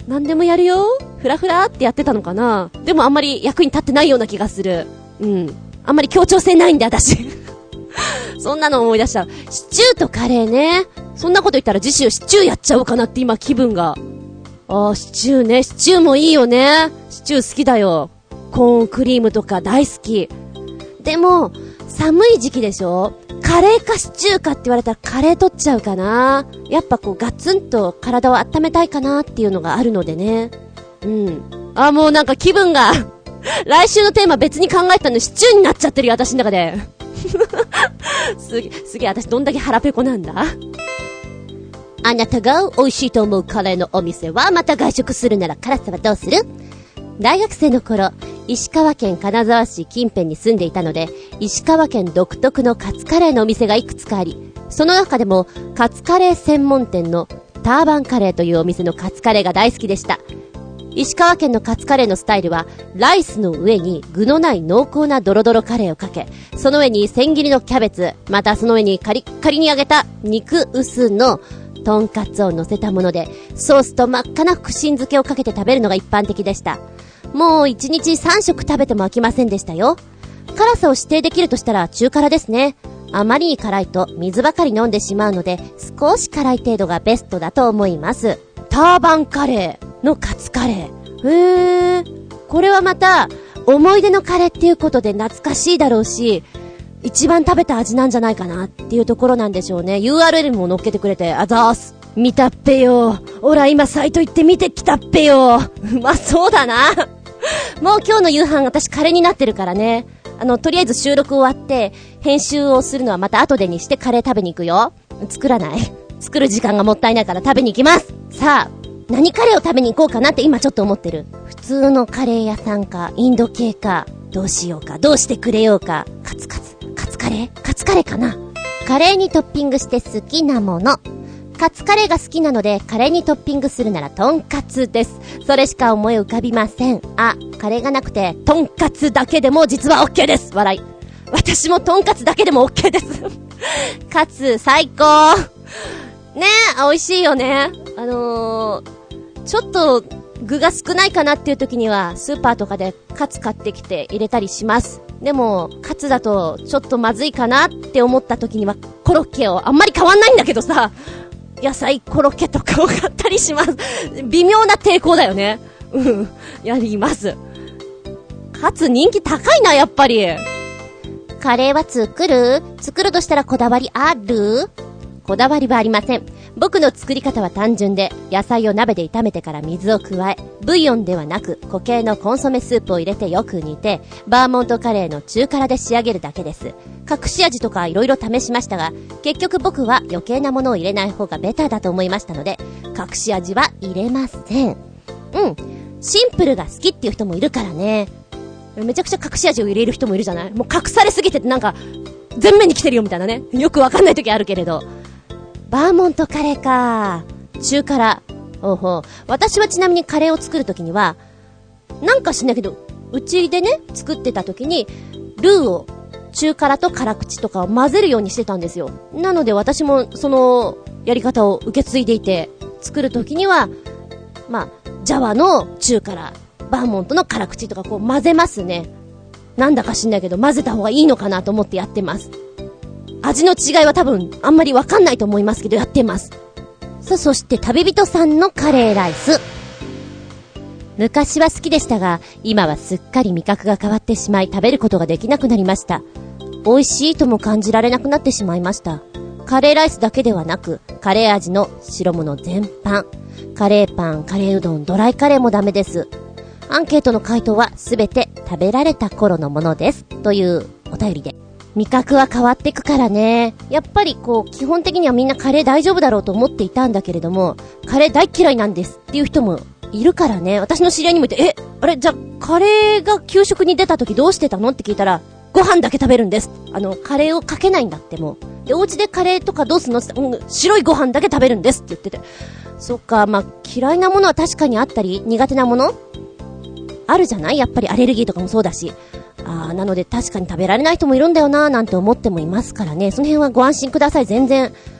何でもやるよ。フラフラってやってたのかな。でもあんまり役に立ってないような気がする。あんまり協調性ないんで私。そんなの思い出した。シチューとカレーね。そんなこと言ったら次週シチューやっちゃおうかなって今気分が。シチューね。シチューもいいよね。シチュー好きだよ。コーンクリームとか大好き。でも寒い時期でしょ。カレーかシチューかって言われたらカレー取っちゃうかな。やっぱこうガツンと体を温めたいかなっていうのがあるのでね。もうなんか気分が来週のテーマ別に考えたのシチューになっちゃってるよ、私の中で。すげえ、私どんだけ腹ペコなんだ。あなたが美味しいと思うカレーのお店は、また外食するなら辛さはどうする？大学生の頃、石川県金沢市近辺に住んでいたので、石川県独特のカツカレーのお店がいくつかあり、その中でもカツカレー専門店のターバンカレーというお店のカツカレーが大好きでした。石川県のカツカレーのスタイルは、ライスの上に具のない濃厚なドロドロカレーをかけ、その上に千切りのキャベツ、またその上にカリッカリに揚げた肉薄のトンカツを乗せたもので、ソースと真っ赤な福神漬けをかけて食べるのが一般的でした。もう1日3食食べても飽きませんでしたよ。辛さを指定できるとしたら中辛ですね。あまりに辛いと水ばかり飲んでしまうので、少し辛い程度がベストだと思います。ターバンカレーのカツカレー。これはまた思い出のカレーっていうことで懐かしいだろうし、一番食べた味なんじゃないかなっていうところなんでしょうね。 URL も載っけてくれてあざーす。見たっぺよ。おら今サイト行って見てきたっぺよ。まあそうだな。もう今日の夕飯私カレーになってるからね。とりあえず収録終わって編集をするのはまた後でにしてカレー食べに行くよ。作らない。作る時間がもったいないから食べに行きます。さあ、何カレーを食べに行こうかなって今ちょっと思ってる。普通のカレー屋さんかインド系か、どうしようか、どうしてくれようか。カツカレーかな。カレーにトッピングして好きなもの。カツカレーが好きなので、カレーにトッピングするならトンカツです。それしか思い浮かびません。カレーがなくてトンカツだけでも実は OK です。笑い。私もトンカツだけでも OK です。カツ最高ねえ、美味しいよね。ちょっと具が少ないかなっていう時にはスーパーとかでカツ買ってきて入れたりします。でもカツだとちょっとまずいかなって思った時にはコロッケを、あんまり変わんないんだけどさ、野菜コロッケとかを買ったりします。微妙な抵抗だよね。やります。カツ人気高いな、やっぱり。カレーは作るとしたらこだわりある？こだわりはありません。僕の作り方は単純で、野菜を鍋で炒めてから水を加え、ブイヨンではなく固形のコンソメスープを入れてよく煮て、バーモントカレーの中辛で仕上げるだけです。隠し味とか色々試しましたが、結局僕は余計なものを入れない方がベターだと思いましたので、隠し味は入れません。シンプルが好きっていう人もいるからね。めちゃくちゃ隠し味を入れる人もいるじゃない？もう隠されすぎててなんか全面に来てるよみたいなね。よくわかんない時あるけれど。バーモントカレーか。中辛。私はちなみにカレーを作るときには、なんかしないけど、うちでね、作ってたときに、ルーを、中辛と辛口とかを混ぜるようにしてたんですよ。なので私もそのやり方を受け継いでいて、作るときには、ジャワの中辛、バーモントの辛口とかこう混ぜますね。なんだか知んないけど混ぜた方がいいのかなと思ってやってます。味の違いは多分あんまりわかんないと思いますけどやってます。そして旅人さんのカレーライス。昔は好きでしたが、今はすっかり味覚が変わってしまい食べることができなくなりました。美味しいとも感じられなくなってしまいました。カレーライスだけではなく、カレー味の白物全般、カレーパン、カレーうどん、ドライカレーもダメです。アンケートの回答はすべて食べられた頃のものですというお便りで、味覚は変わってくからね。やっぱり基本的にはみんなカレー大丈夫だろうと思っていたんだけれども、カレー大嫌いなんですっていう人もいるからね。私の知り合いにもいて、あれじゃあカレーが給食に出た時どうしてたのって聞いたら、ご飯だけ食べるんです。カレーをかけないんだってもう。で、お家でカレーとかどうすんのって言ったら、白いご飯だけ食べるんですって言ってて。そっか、嫌いなものは確かにあったり、苦手なものあるじゃない？やっぱりアレルギーとかもそうだし。なので確かに食べられない人もいるんだよなーなんて思ってもいますからね。その辺はご安心ください。全然、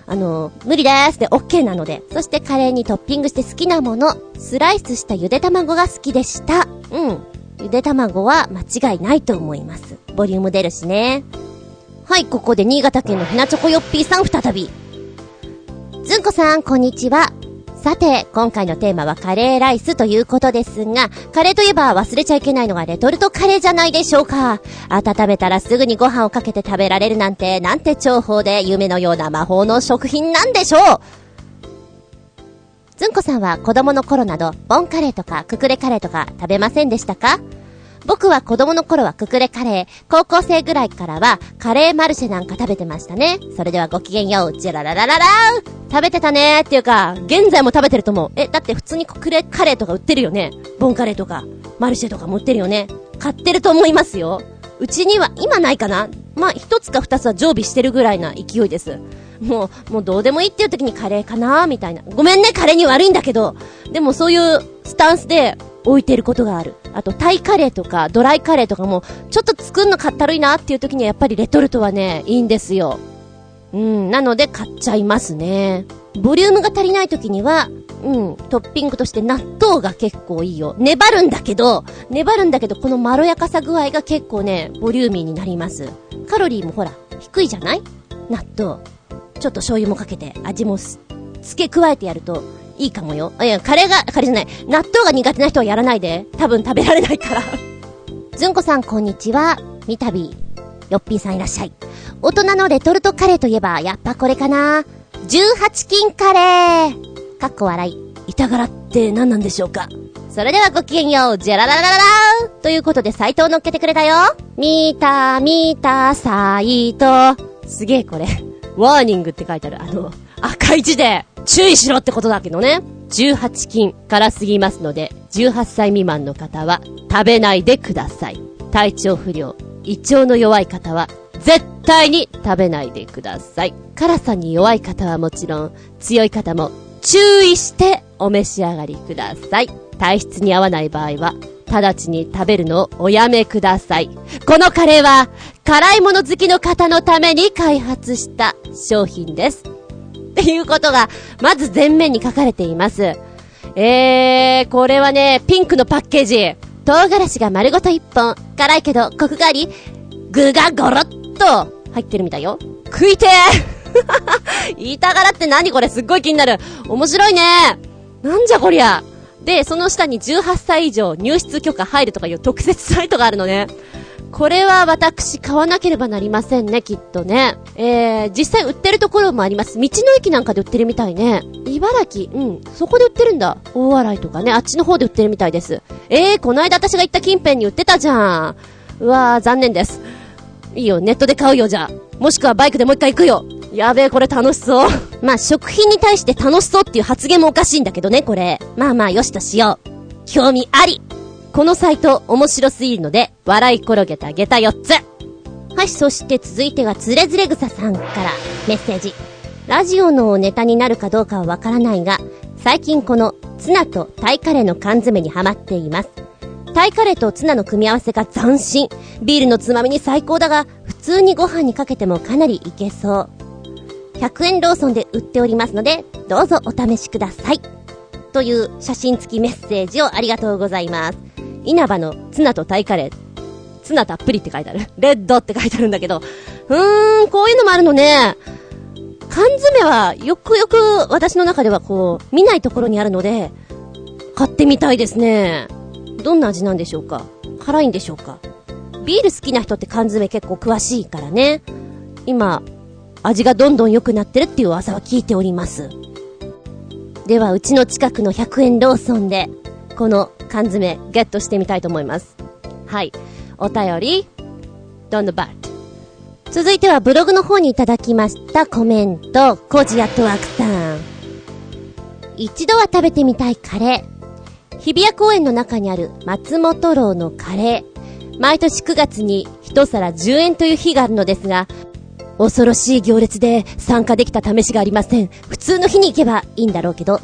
無理ですで OK なので。そしてカレーにトッピングして好きなもの、スライスしたゆで卵が好きでした。ゆで卵は間違いないと思います。ボリューム出るしね。はい、ここで新潟県のひなチョコヨッピーさん再び。ずんこさん、こんにちは。さて、今回のテーマはカレーライスということですが、カレーといえば忘れちゃいけないのがレトルトカレーじゃないでしょうか。温めたらすぐにご飯をかけて食べられるなんて重宝で夢のような魔法の食品なんでしょう。ずんこさんは子供の頃など、ボンカレーとかククレカレーとか食べませんでしたか？僕は子供の頃はククレカレー、高校生ぐらいからはカレーマルシェなんか食べてましたね。それではごきげんよう、ジェラララララー。食べてたねーっていうか、現在も食べてると思う。だって普通にククレカレーとか売ってるよね。ボンカレーとか、マルシェとかも売ってるよね。買ってると思いますよ。うちには、今ないかな？一つか二つは常備してるぐらいな勢いです。もうどうでもいいっていう時にカレーかなーみたいな。ごめんね、カレーに悪いんだけど。でもそういうスタンスで置いてることがある。あとタイカレーとかドライカレーとかもちょっと作んのかったるいなっていう時にはやっぱりレトルトはねいいんですよ。なので買っちゃいますね。ボリュームが足りない時にはトッピングとして納豆が結構いいよ。粘るんだけどこのまろやかさ具合が結構ねボリューミーになります。カロリーもほら低いじゃない？納豆ちょっと醤油もかけて味も付け加えてやるといいかもよ。カレーじゃない。納豆が苦手な人はやらないで。多分食べられないから。ずんこさんこんにちは。みたび、よっぴーさんいらっしゃい。大人のレトルトカレーといえば、やっぱこれかな。18金カレー。かっこ笑い。板柄って何なんでしょうか。それではごきげんよう。ジェラララララーということでサイトを乗っけてくれたよ。見たサイト。すげえこれ。ワーニングって書いてある。赤い字で。注意しろってことだけどね。18禁から過ぎますので、18歳未満の方は食べないでください。体調不良、胃腸の弱い方は絶対に食べないでください。辛さに弱い方はもちろん、強い方も注意してお召し上がりください。体質に合わない場合は、直ちに食べるのをおやめください。このカレーは、辛いもの好きの方のために開発した商品です。っていうことが、まず前面に書かれています。これはね、ピンクのパッケージ。唐辛子が丸ごと1本。辛いけど、コクがあり、具がゴロッと入ってるみたいよ。食いてー板柄って何これすっごい気になる。面白いね。なんじゃこりゃ。で、その下に18歳以上入室許可入るとかいう特設サイトがあるのね。これは私買わなければなりませんね、きっとね。実際売ってるところもあります。道の駅なんかで売ってるみたいね。茨城、そこで売ってるんだ。大洗とかね、あっちの方で売ってるみたいです。この間私が行った近辺に売ってたじゃん。うわー、残念です。いいよ、ネットで買うよ、じゃあ。もしくはバイクでもう一回行くよ。やべえ、これ楽しそう。食品に対して楽しそうっていう発言もおかしいんだけどね、これ。よしとしよう。興味あり。このサイト面白すぎるので笑い転げてあげた4つ。はい、そして続いてがつれづれ草さんからメッセージ。ラジオのネタになるかどうかはわからないが、最近このツナとタイカレーの缶詰にハマっています。タイカレーとツナの組み合わせが斬新。ビールのつまみに最高だが、普通にご飯にかけてもかなりいけそう。100円ローソンで売っておりますので、どうぞお試しください。という写真付きメッセージをありがとうございます。稲葉のツナとタイカレー。ツナたっぷりって書いてある。レッドって書いてあるんだけど。こういうのもあるのね。缶詰はよくよく私の中では見ないところにあるので、買ってみたいですね。どんな味なんでしょうか。辛いんでしょうか。ビール好きな人って缶詰結構詳しいからね。今、味がどんどん良くなってるっていう噂は聞いております。では、うちの近くの100円ローソンで、この缶詰ゲットしてみたいと思います。はい。お便り、どんどんバット。続いてはブログの方にいただきましたコメント、コジアットワークさん。一度は食べてみたいカレー。日比谷公園の中にある松本楼のカレー。毎年9月に一皿10円という日があるのですが、恐ろしい行列で参加できた試しがありません。普通の日に行けばいいんだろうけど。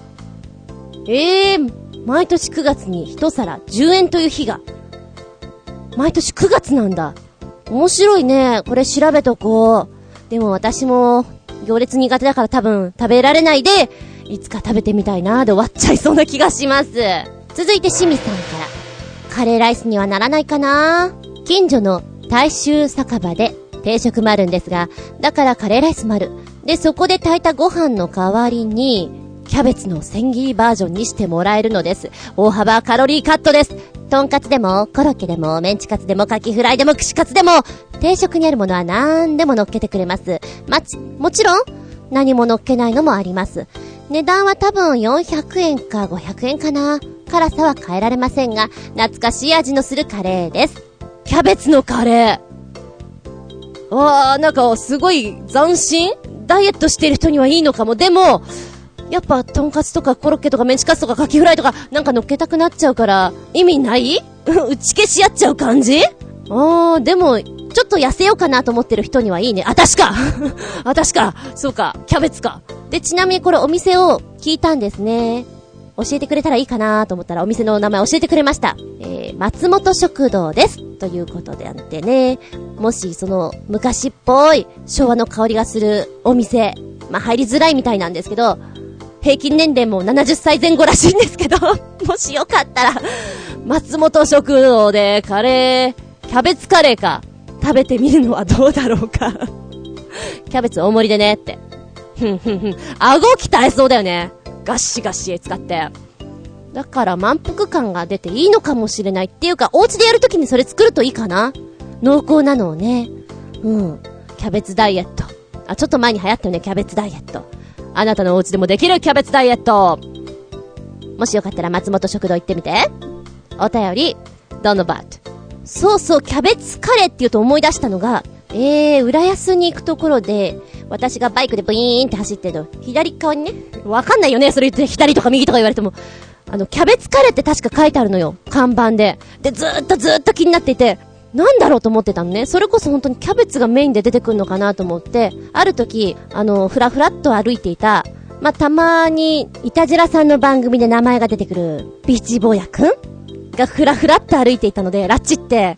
毎年9月に一皿10円という日が。毎年9月なんだ。面白いね。これ調べとこう。でも私も行列苦手だから多分食べられないで、いつか食べてみたいなーで終わっちゃいそうな気がします。続いて清水さんから、カレーライスにはならないかな。近所の大衆酒場で定食もあるんですが、だからカレーライスもある。で、そこで炊いたご飯の代わりに、キャベツの千切りバージョンにしてもらえるのです。大幅カロリーカットです。とんかつでも、コロッケでも、メンチカツでも、カキフライでも、串カツでも、定食にあるものは何でも乗っけてくれます。もちろん、何も乗っけないのもあります。値段は多分400円か500円かな。辛さは変えられませんが、懐かしい味のするカレーです。キャベツのカレー。なんかすごい斬新？ダイエットしてる人にはいいのかも。でも、やっぱとんかつとかコロッケとかメンチカツとかカキフライとかなんか乗っけたくなっちゃうから意味ない？打ち消し合っちゃう感じ？でもちょっと痩せようかなと思ってる人にはいいね。確かそうか、キャベツか。で、ちなみにこれお店を聞いたんですね。教えてくれたらいいかなと思ったらお店の名前教えてくれました。松本食堂ですということであってね、もしその昔っぽい昭和の香りがするお店、入りづらいみたいなんですけど、平均年齢も70歳前後らしいんですけどもしよかったら松本食堂でカレー、キャベツカレーか食べてみるのはどうだろうかキャベツ大盛りでねって顎鍛えそうだよね、ガシガシ使って。だから満腹感が出ていいのかもしれないっていうか、お家でやるときにそれ作るといいかな。濃厚なのをね。キャベツダイエット。ちょっと前に流行ったよね、キャベツダイエット。あなたのお家でもできるキャベツダイエット。もしよかったら松本食堂行ってみて。お便り、どんどんバット。そうそう、キャベツカレーって言うと思い出したのが、浦安に行くところで、私がバイクでブイーンって走ってると、左側にね、わかんないよね、それ言って左とか右とか言われても。キャベツカレーって確か書いてあるのよ、看板で。で、ずーっと気になっていて、なんだろうと思ってたのね。それこそ本当にキャベツがメインで出てくるのかなと思って、ある時、ふらふらっと歩いていた、たまに、イタジラさんの番組で名前が出てくる、ビーチ坊やくんがふらふらっと歩いていたので、ラチって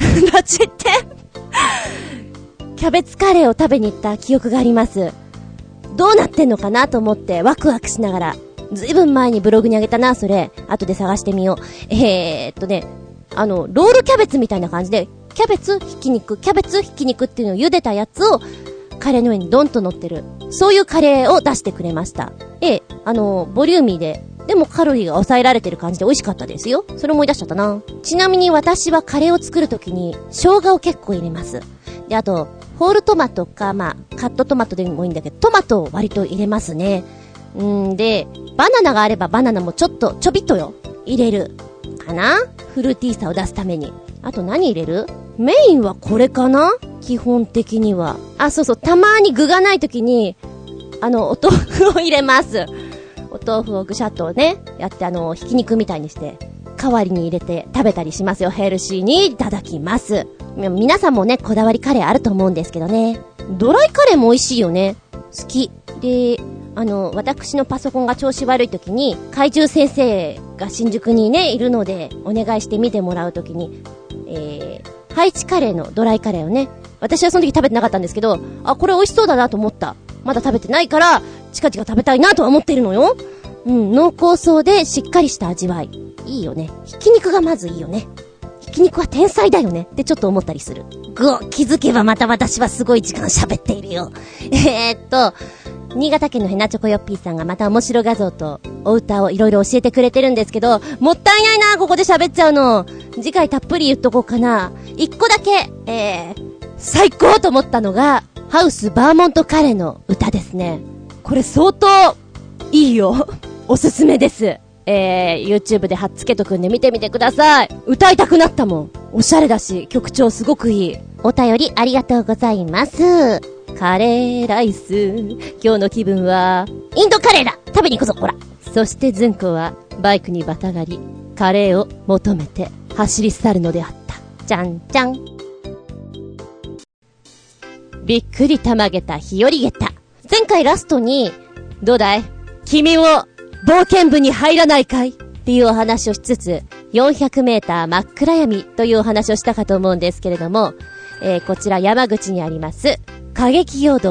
キャベツカレーを食べに行った記憶があります。どうなってんのかなと思ってワクワクしながら、ずいぶん前にブログにあげたな、それ。後で探してみよう。ロールキャベツみたいな感じで、キャベツ、ひき肉っていうのを茹でたやつをカレーの上にドンと乗ってる。そういうカレーを出してくれました。ボリューミーで、でもカロリーが抑えられてる感じで美味しかったですよ。それ思い出しちゃったな。ちなみに私はカレーを作るときに生姜を結構入れます。で、あと、ホールトマトか、カットトマトでもいいんだけど、トマトを割と入れますね。で、バナナがあればバナナもちょびっとよ、入れる。かな？フルーティーさを出すために。あと何入れる？メインはこれかな？基本的には。そう、たまに具がないときに、お豆腐を入れます。お豆腐をぐしゃっとね、やって、ひき肉みたいにして、代わりに入れて食べたりしますよ。ヘルシーにいただきます。皆さんもね、こだわりカレーあると思うんですけどね。ドライカレーも美味しいよね。好き。で、私のパソコンが調子悪い時に、怪獣先生が新宿にね、いるので、お願いして見てもらう時に、ハイチカレーのドライカレーをね、私はその時食べてなかったんですけど、これ美味しそうだなと思った。まだ食べてないから、近々食べたいなとは思ってるのよ。濃厚そうでしっかりした味わい。いいよね。ひき肉がまずいいよね。ひき肉は天才だよねってちょっと思ったりする。気づけばまた私はすごい時間喋っているよ。新潟県のヘナチョコヨッピーさんがまた面白画像とお歌をいろいろ教えてくれてるんですけど、もったいないな、ここで喋っちゃうの。次回たっぷり言っとこうかな。一個だけ、最高と思ったのが、ハウスバーモントカレーの歌ですね。これ相当いいよ。おすすめです。YouTube で貼っつけとくんで見てみてください。歌いたくなったもん。おしゃれだし、曲調すごくいい。お便りありがとうございます。カレーライス、今日の気分はインドカレーだ、食べに行くぞ、ほら。そしてズンコはバイクにまたがり、カレーを求めて走り去るのであった。じゃんじゃん。びっくりたまげた日和げた。前回ラストに、どうだい？君も冒険部に入らないかい？っていうお話をしつつ、400メーター真っ暗闇というお話をしたかと思うんですけれども、こちら山口にあります歌劇陽道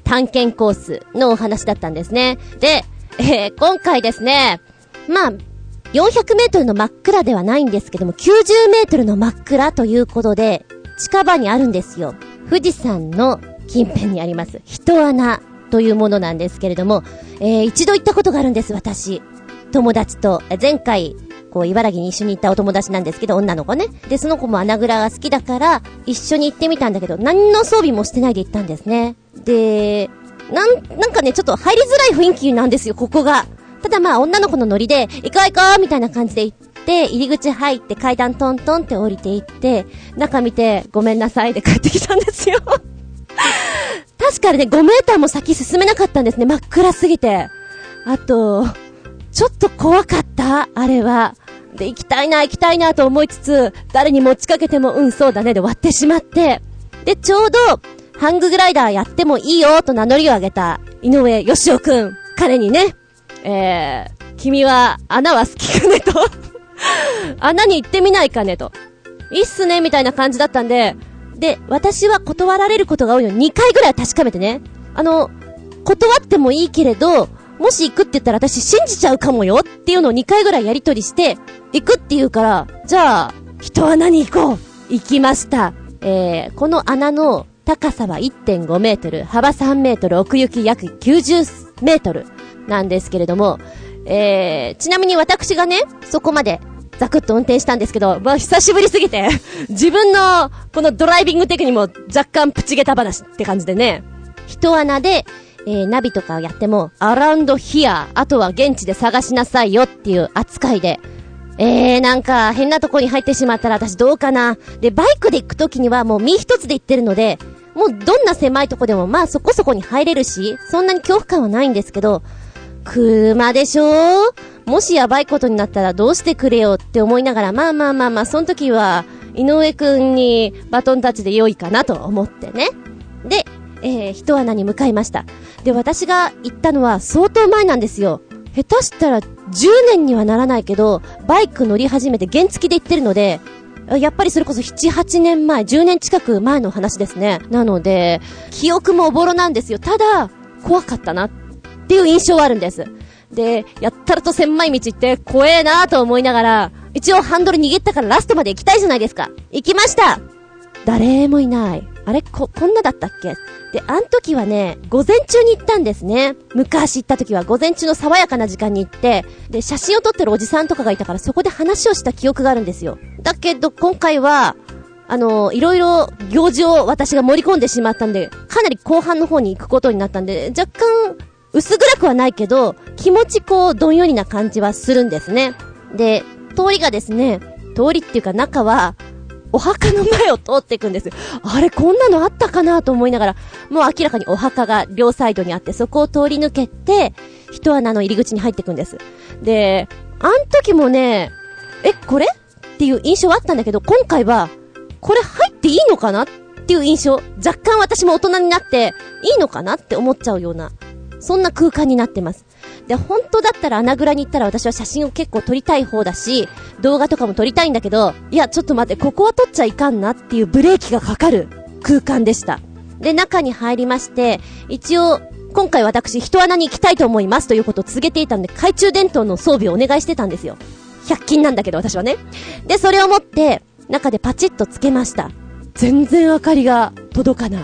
探検コースのお話だったんですね。で、今回ですね、まあ、400メートルの真っ暗ではないんですけども、90メートルの真っ暗ということで、近場にあるんですよ。富士山の近辺にあります、人穴というものなんですけれども、一度行ったことがあるんです、私。友達と、前回、茨城に一緒に行ったお友達なんですけど、女の子ね。で、その子も穴蔵が好きだから、一緒に行ってみたんだけど、何の装備もしてないで行ったんですね。で、なんかね、ちょっと入りづらい雰囲気なんですよ、ここが。ただまあ、女の子のノリで、行こう行こうみたいな感じで行って、入り口入って階段トントンって降りて行って、中見て、ごめんなさいで帰ってきたんですよ。確かにね、5メーターも先進めなかったんですね、真っ暗すぎて。あと、ちょっと怖かった、あれは。で、行きたいなと思いつつ、誰に持ちかけても、そうだねで終わってしまって。で、ちょうど、ハンググライダーやってもいいよと名乗りを上げた、井上義雄くん。彼にね、君は穴は好きかねと。穴に行ってみないかねと。いいっすねみたいな感じだったんで、で、私は断られることが多いのに2回ぐらい確かめてね。断ってもいいけれど、もし行くって言ったら私信じちゃうかもよっていうのを2回ぐらいやり取りして、行くって言うから、じゃあ、人穴に行こう行きました。この穴の高さは 1.5 メートル、幅3メートル、奥行き約90メートルなんですけれども、ちなみに私がね、そこまでザクッと運転したんですけど、久しぶりすぎて、自分のこのドライビングテクにも若干プチゲタ話って感じでね、人穴で、ナビとかやっても、アラウンドヒア、あとは現地で探しなさいよっていう扱いで、なんか変なとこに入ってしまったら私どうかな。で、バイクで行くときにはもう身一つで行ってるので、もうどんな狭いとこでもまあそこそこに入れるし、そんなに恐怖感はないんですけど、車でしょ？もしやばいことになったらどうしてくれよって思いながら、まあ、その時は井上くんにバトンタッチで良いかなと思ってね。で、人穴に向かいました。で、私が行ったのは相当前なんですよ。下手したら10年にはならないけど、バイク乗り始めて原付で行ってるので、やっぱりそれこそ7、8年前、10年近く前の話ですね。なので、記憶もおぼろなんですよ。ただ、怖かったなっていう印象はあるんです。で、やったらと狭い道行って怖えなと思いながら、一応ハンドル握ったからラストまで行きたいじゃないですか。行きました。誰もいない。あれ、こんなだったっけ？で、あん時はね、午前中に行ったんですね。昔行った時は午前中の爽やかな時間に行って、で、写真を撮ってるおじさんとかがいたからそこで話をした記憶があるんですよ。だけど今回は、いろいろ行事を私が盛り込んでしまったんで、かなり後半の方に行くことになったんで、若干薄暗くはないけど、気持ちどんよりな感じはするんですね。で、通りがですね、通りっていうか中は、お墓の前を通っていくんです。あれ、こんなのあったかなと思いながら、もう明らかにお墓が両サイドにあって、そこを通り抜けて、人穴の入り口に入っていくんです。で、あん時もね、これっていう印象はあったんだけど、今回は、これ入っていいのかなっていう印象、若干私も大人になって、いいのかなって思っちゃうような、そんな空間になってます。で、本当だったら穴蔵に行ったら私は写真を結構撮りたい方だし、動画とかも撮りたいんだけど、いや、ちょっと待って、ここは撮っちゃいかんなっていうブレーキがかかる空間でした。で、中に入りまして、一応、今回私、人穴に行きたいと思いますということを告げていたんで、懐中電灯の装備をお願いしてたんですよ。100均なんだけど、私はね。で、それを持って、中でパチッとつけました。全然明かりが届かない。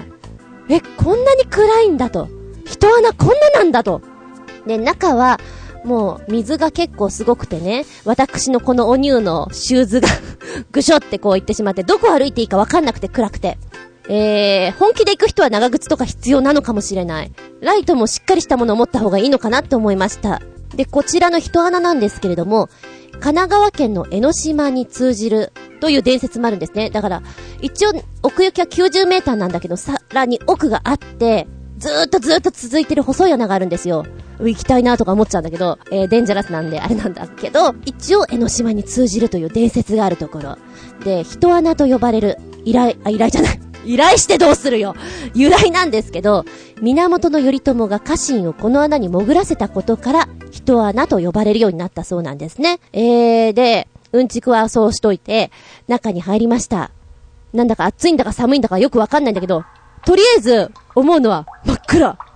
こんなに暗いんだと。人穴こんななんだと。で、中は、もう、水が結構すごくてね、私のこのお乳のシューズが、ぐしょってこう行ってしまって、どこ歩いていいかわかんなくて暗くて。本気で行く人は長靴とか必要なのかもしれない。ライトもしっかりしたものを持った方がいいのかなって思いました。で、こちらの人穴なんですけれども、神奈川県の江ノ島に通じるという伝説もあるんですね。だから、一応、奥行きは90メーターなんだけど、さらに奥があって、ずーっと続いてる細い穴があるんですよ。行きたいなとか思っちゃうんだけど、デンジャラスなんであれなんだけど、一応江ノ島に通じるという伝説があるところで、人穴と呼ばれる依頼してどうするよ、由来なんですけど、源頼朝が家臣をこの穴に潜らせたことから人穴と呼ばれるようになったそうなんですね。で、うんちくはそうしといて中に入りました。なんだか暑いんだか寒いんだかよくわかんないんだけど、とりあえず思うのは真っ暗。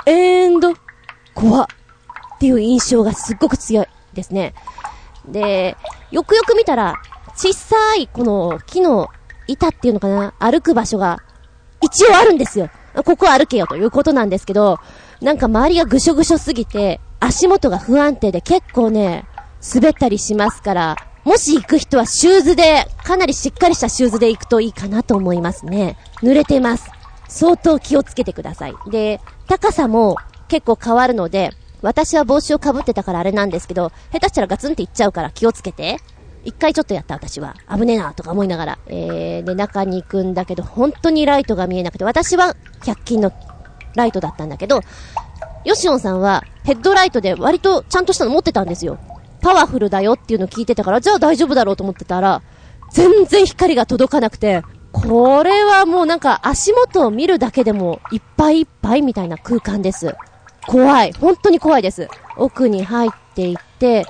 怖っていう印象がすっごく強いですね。で、よくよく見たら、小さいこの木の板っていうのかな、歩く場所が一応あるんですよ。ここ歩けよということなんですけど、なんか周りがぐしょぐしょすぎて、足元が不安定で結構ね、滑ったりしますから、もし行く人はシューズで、かなりしっかりしたシューズで行くといいかなと思いますね。濡れてます。相当気をつけてください。で、高さも結構変わるので、私は帽子をかぶってたからあれなんですけど、下手したらガツンっていっちゃうから気をつけて。一回ちょっとやった私は。危ねえなとか思いながら。で、中に行くんだけど、本当にライトが見えなくて、私は100均のライトだったんだけど、ヨシオンさんはヘッドライトで割とちゃんとしたの持ってたんですよ。パワフルだよっていうのを聞いてたから、じゃあ大丈夫だろうと思ってたら、全然光が届かなくて、これはもうなんか足元を見るだけでもいっぱいいっぱいみたいな空間です。怖い。本当に怖いです。奥に入っていって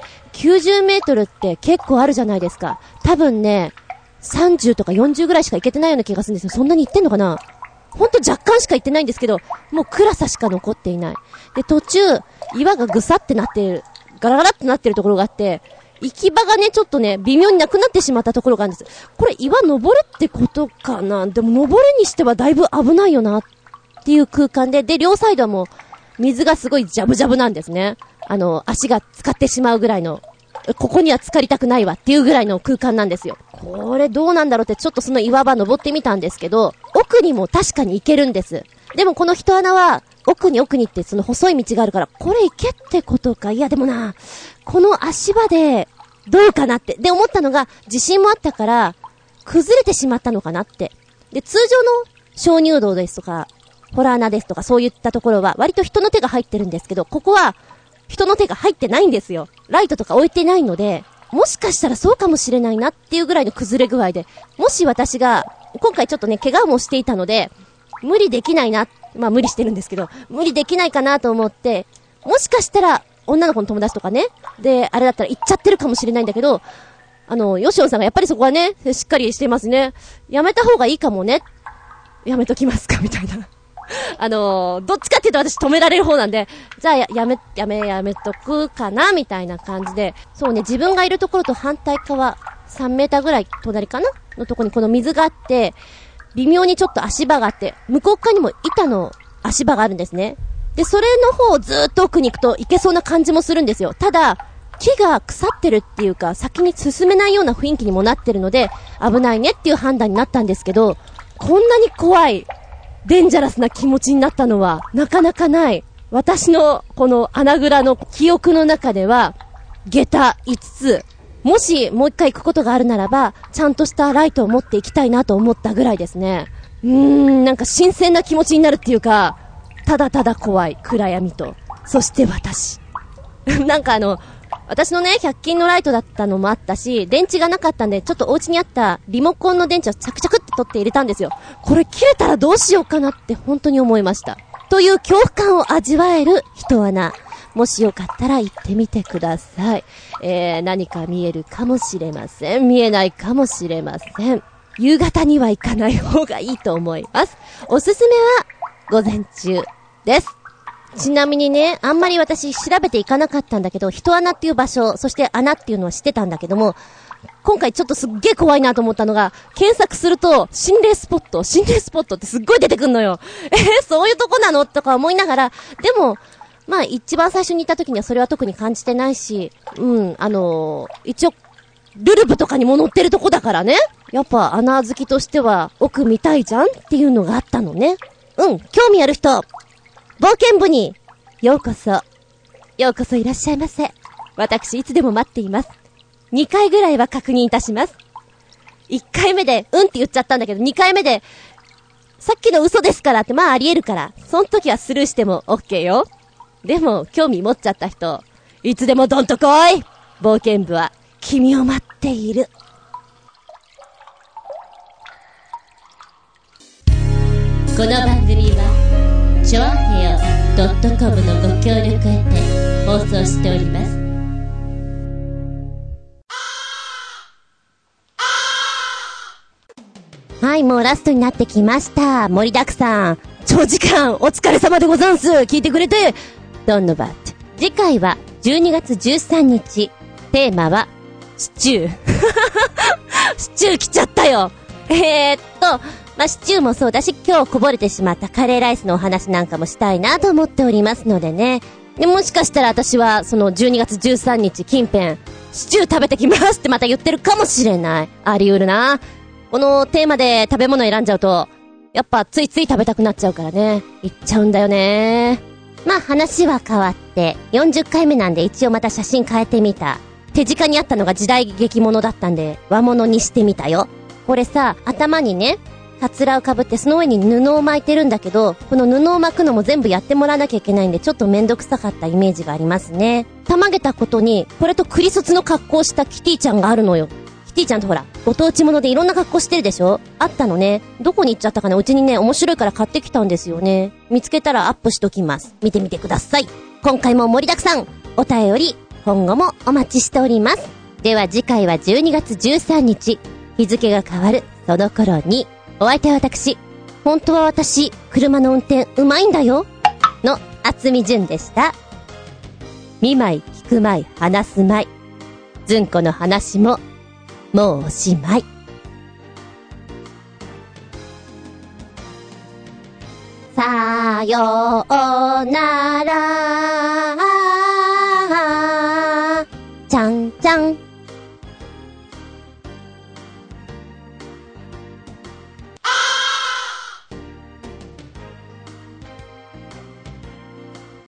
、90メートルって結構あるじゃないですか。多分ね、30とか40ぐらいしか行けてないような気がするんですよ。そんなに行ってんのかな？ほんと若干しか行ってないんですけど、もう暗さしか残っていない。で、途中、岩がぐさってなっている、ガラガラってなってるところがあって、行き場がね、ちょっとね、微妙になくなってしまったところがあるんです。これ岩登るってことかな？でも登るにしてはだいぶ危ないよなっていう空間で、で、両サイドはもう、水がすごいジャブジャブなんですね。足が浸かってしまうぐらいの、ここには浸かりたくないわっていうぐらいの空間なんですよ。これどうなんだろうってちょっとその岩場登ってみたんですけど、奥にも確かに行けるんです。でもこの人穴は、奥にってその細い道があるから、これ行けってことか。いやでもな、この足場で、どうかなって。で思ったのが、地震もあったから、崩れてしまったのかなって。で、通常の鍾乳洞ですとか、ホラー穴ですとかそういったところは割と人の手が入ってるんですけど、ここは人の手が入ってないんですよ。ライトとか置いてないので、もしかしたらそうかもしれないなっていうぐらいの崩れ具合で、もし私が今回ちょっとね怪我もしていたので無理できないな、まあ無理してるんですけど、無理できないかなと思って、もしかしたら女の子の友達とかねであれだったら行っちゃってるかもしれないんだけど、ヨシオンさんがやっぱりそこはねしっかりしてますね。やめた方がいいかもね、やめときますかみたいなどっちかっていうと私止められる方なんで、じゃあやめとくかなみたいな感じで、そうね、自分がいるところと反対側3メーターぐらい隣かなのところにこの水があって、微妙にちょっと足場があって、向こう側にも板の足場があるんですね。で、それの方をずーっと奥に行くと行けそうな感じもするんですよ。ただ、木が腐ってるっていうか、先に進めないような雰囲気にもなってるので、危ないねっていう判断になったんですけど、こんなに怖い、デンジャラスな気持ちになったのはなかなかない。私のこの穴蔵の記憶の中では下駄5つ、もしもう一回行くことがあるならばちゃんとしたライトを持っていきたいなと思ったぐらいですね。なんか新鮮な気持ちになるっていうか、ただただ怖い暗闇と、そして私なんか私のね、100均のライトだったのもあったし、電池がなかったんで、ちょっとお家にあったリモコンの電池をチャクチャクって取って入れたんですよ。これ切れたらどうしようかなって本当に思いました。という恐怖感を味わえる人穴。もしよかったら行ってみてください。何か見えるかもしれません。見えないかもしれません。夕方には行かない方がいいと思います。おすすめは午前中です。ちなみにね、あんまり私調べていかなかったんだけど、人穴っていう場所、そして穴っていうのは知ってたんだけども、今回ちょっとすっげー怖いなと思ったのが、検索すると心霊スポットってすっごい出てくんのよ。そういうとこなのとか思いながら、でもまあ一番最初に行った時にはそれは特に感じてないし、一応ルルブとかにも載ってるとこだからね、やっぱ穴好きとしては奥見たいじゃんっていうのがあったのね。興味ある人、冒険部にようこそいらっしゃいませ。私いつでも待っています。2回ぐらいは確認いたします。1回目でって言っちゃったんだけど、2回目でさっきの嘘ですからって、まああり得るから、その時はスルーしても OK よ。でも興味持っちゃった人、いつでもどんと来い。冒険部は君を待っている。この番組はチョアヘオ.com のご協力へて放送しております。はい、もうラストになってきました。盛りだくさん。 長時間お疲れ様でござんす。聞いてくれて、どんのばって。次回は12月13日。テーマは、シチュー。シチュー来ちゃったよ。まあ、シチューもそうだし、今日こぼれてしまったカレーライスのお話なんかもしたいなと思っておりますのでね。で、もしかしたら私は、その12月13日近辺、シチュー食べてきますってまた言ってるかもしれない。あり得るな。このテーマで食べ物選んじゃうと、やっぱついつい食べたくなっちゃうからね。言っちゃうんだよね。まあ話は変わって、40回目なんで一応また写真変えてみた。手近にあったのが時代劇物だったんで、和物にしてみたよ。これさ、頭にね、カツラをかぶってその上に布を巻いてるんだけど、この布を巻くのも全部やってもらわなきゃいけないんでちょっとめんどくさかったイメージがありますね。たまげたことに、これとクリソツの格好をしたキティちゃんがあるのよ。キティちゃんとほら、ご当地物でいろんな格好してるでしょ？あったのね。どこに行っちゃったかな？うちにね、面白いから買ってきたんですよね。見つけたらアップしときます。見てみてください。今回も盛りだくさん、お便り、今後もお待ちしております。では次回は12月13日、日付が変わるその頃に、お相手は私、本当は私、車の運転うまいんだよの厚み純でした。見舞い、聞く舞い、話す舞い。ずんこの話も、もうおしまい。さようなら。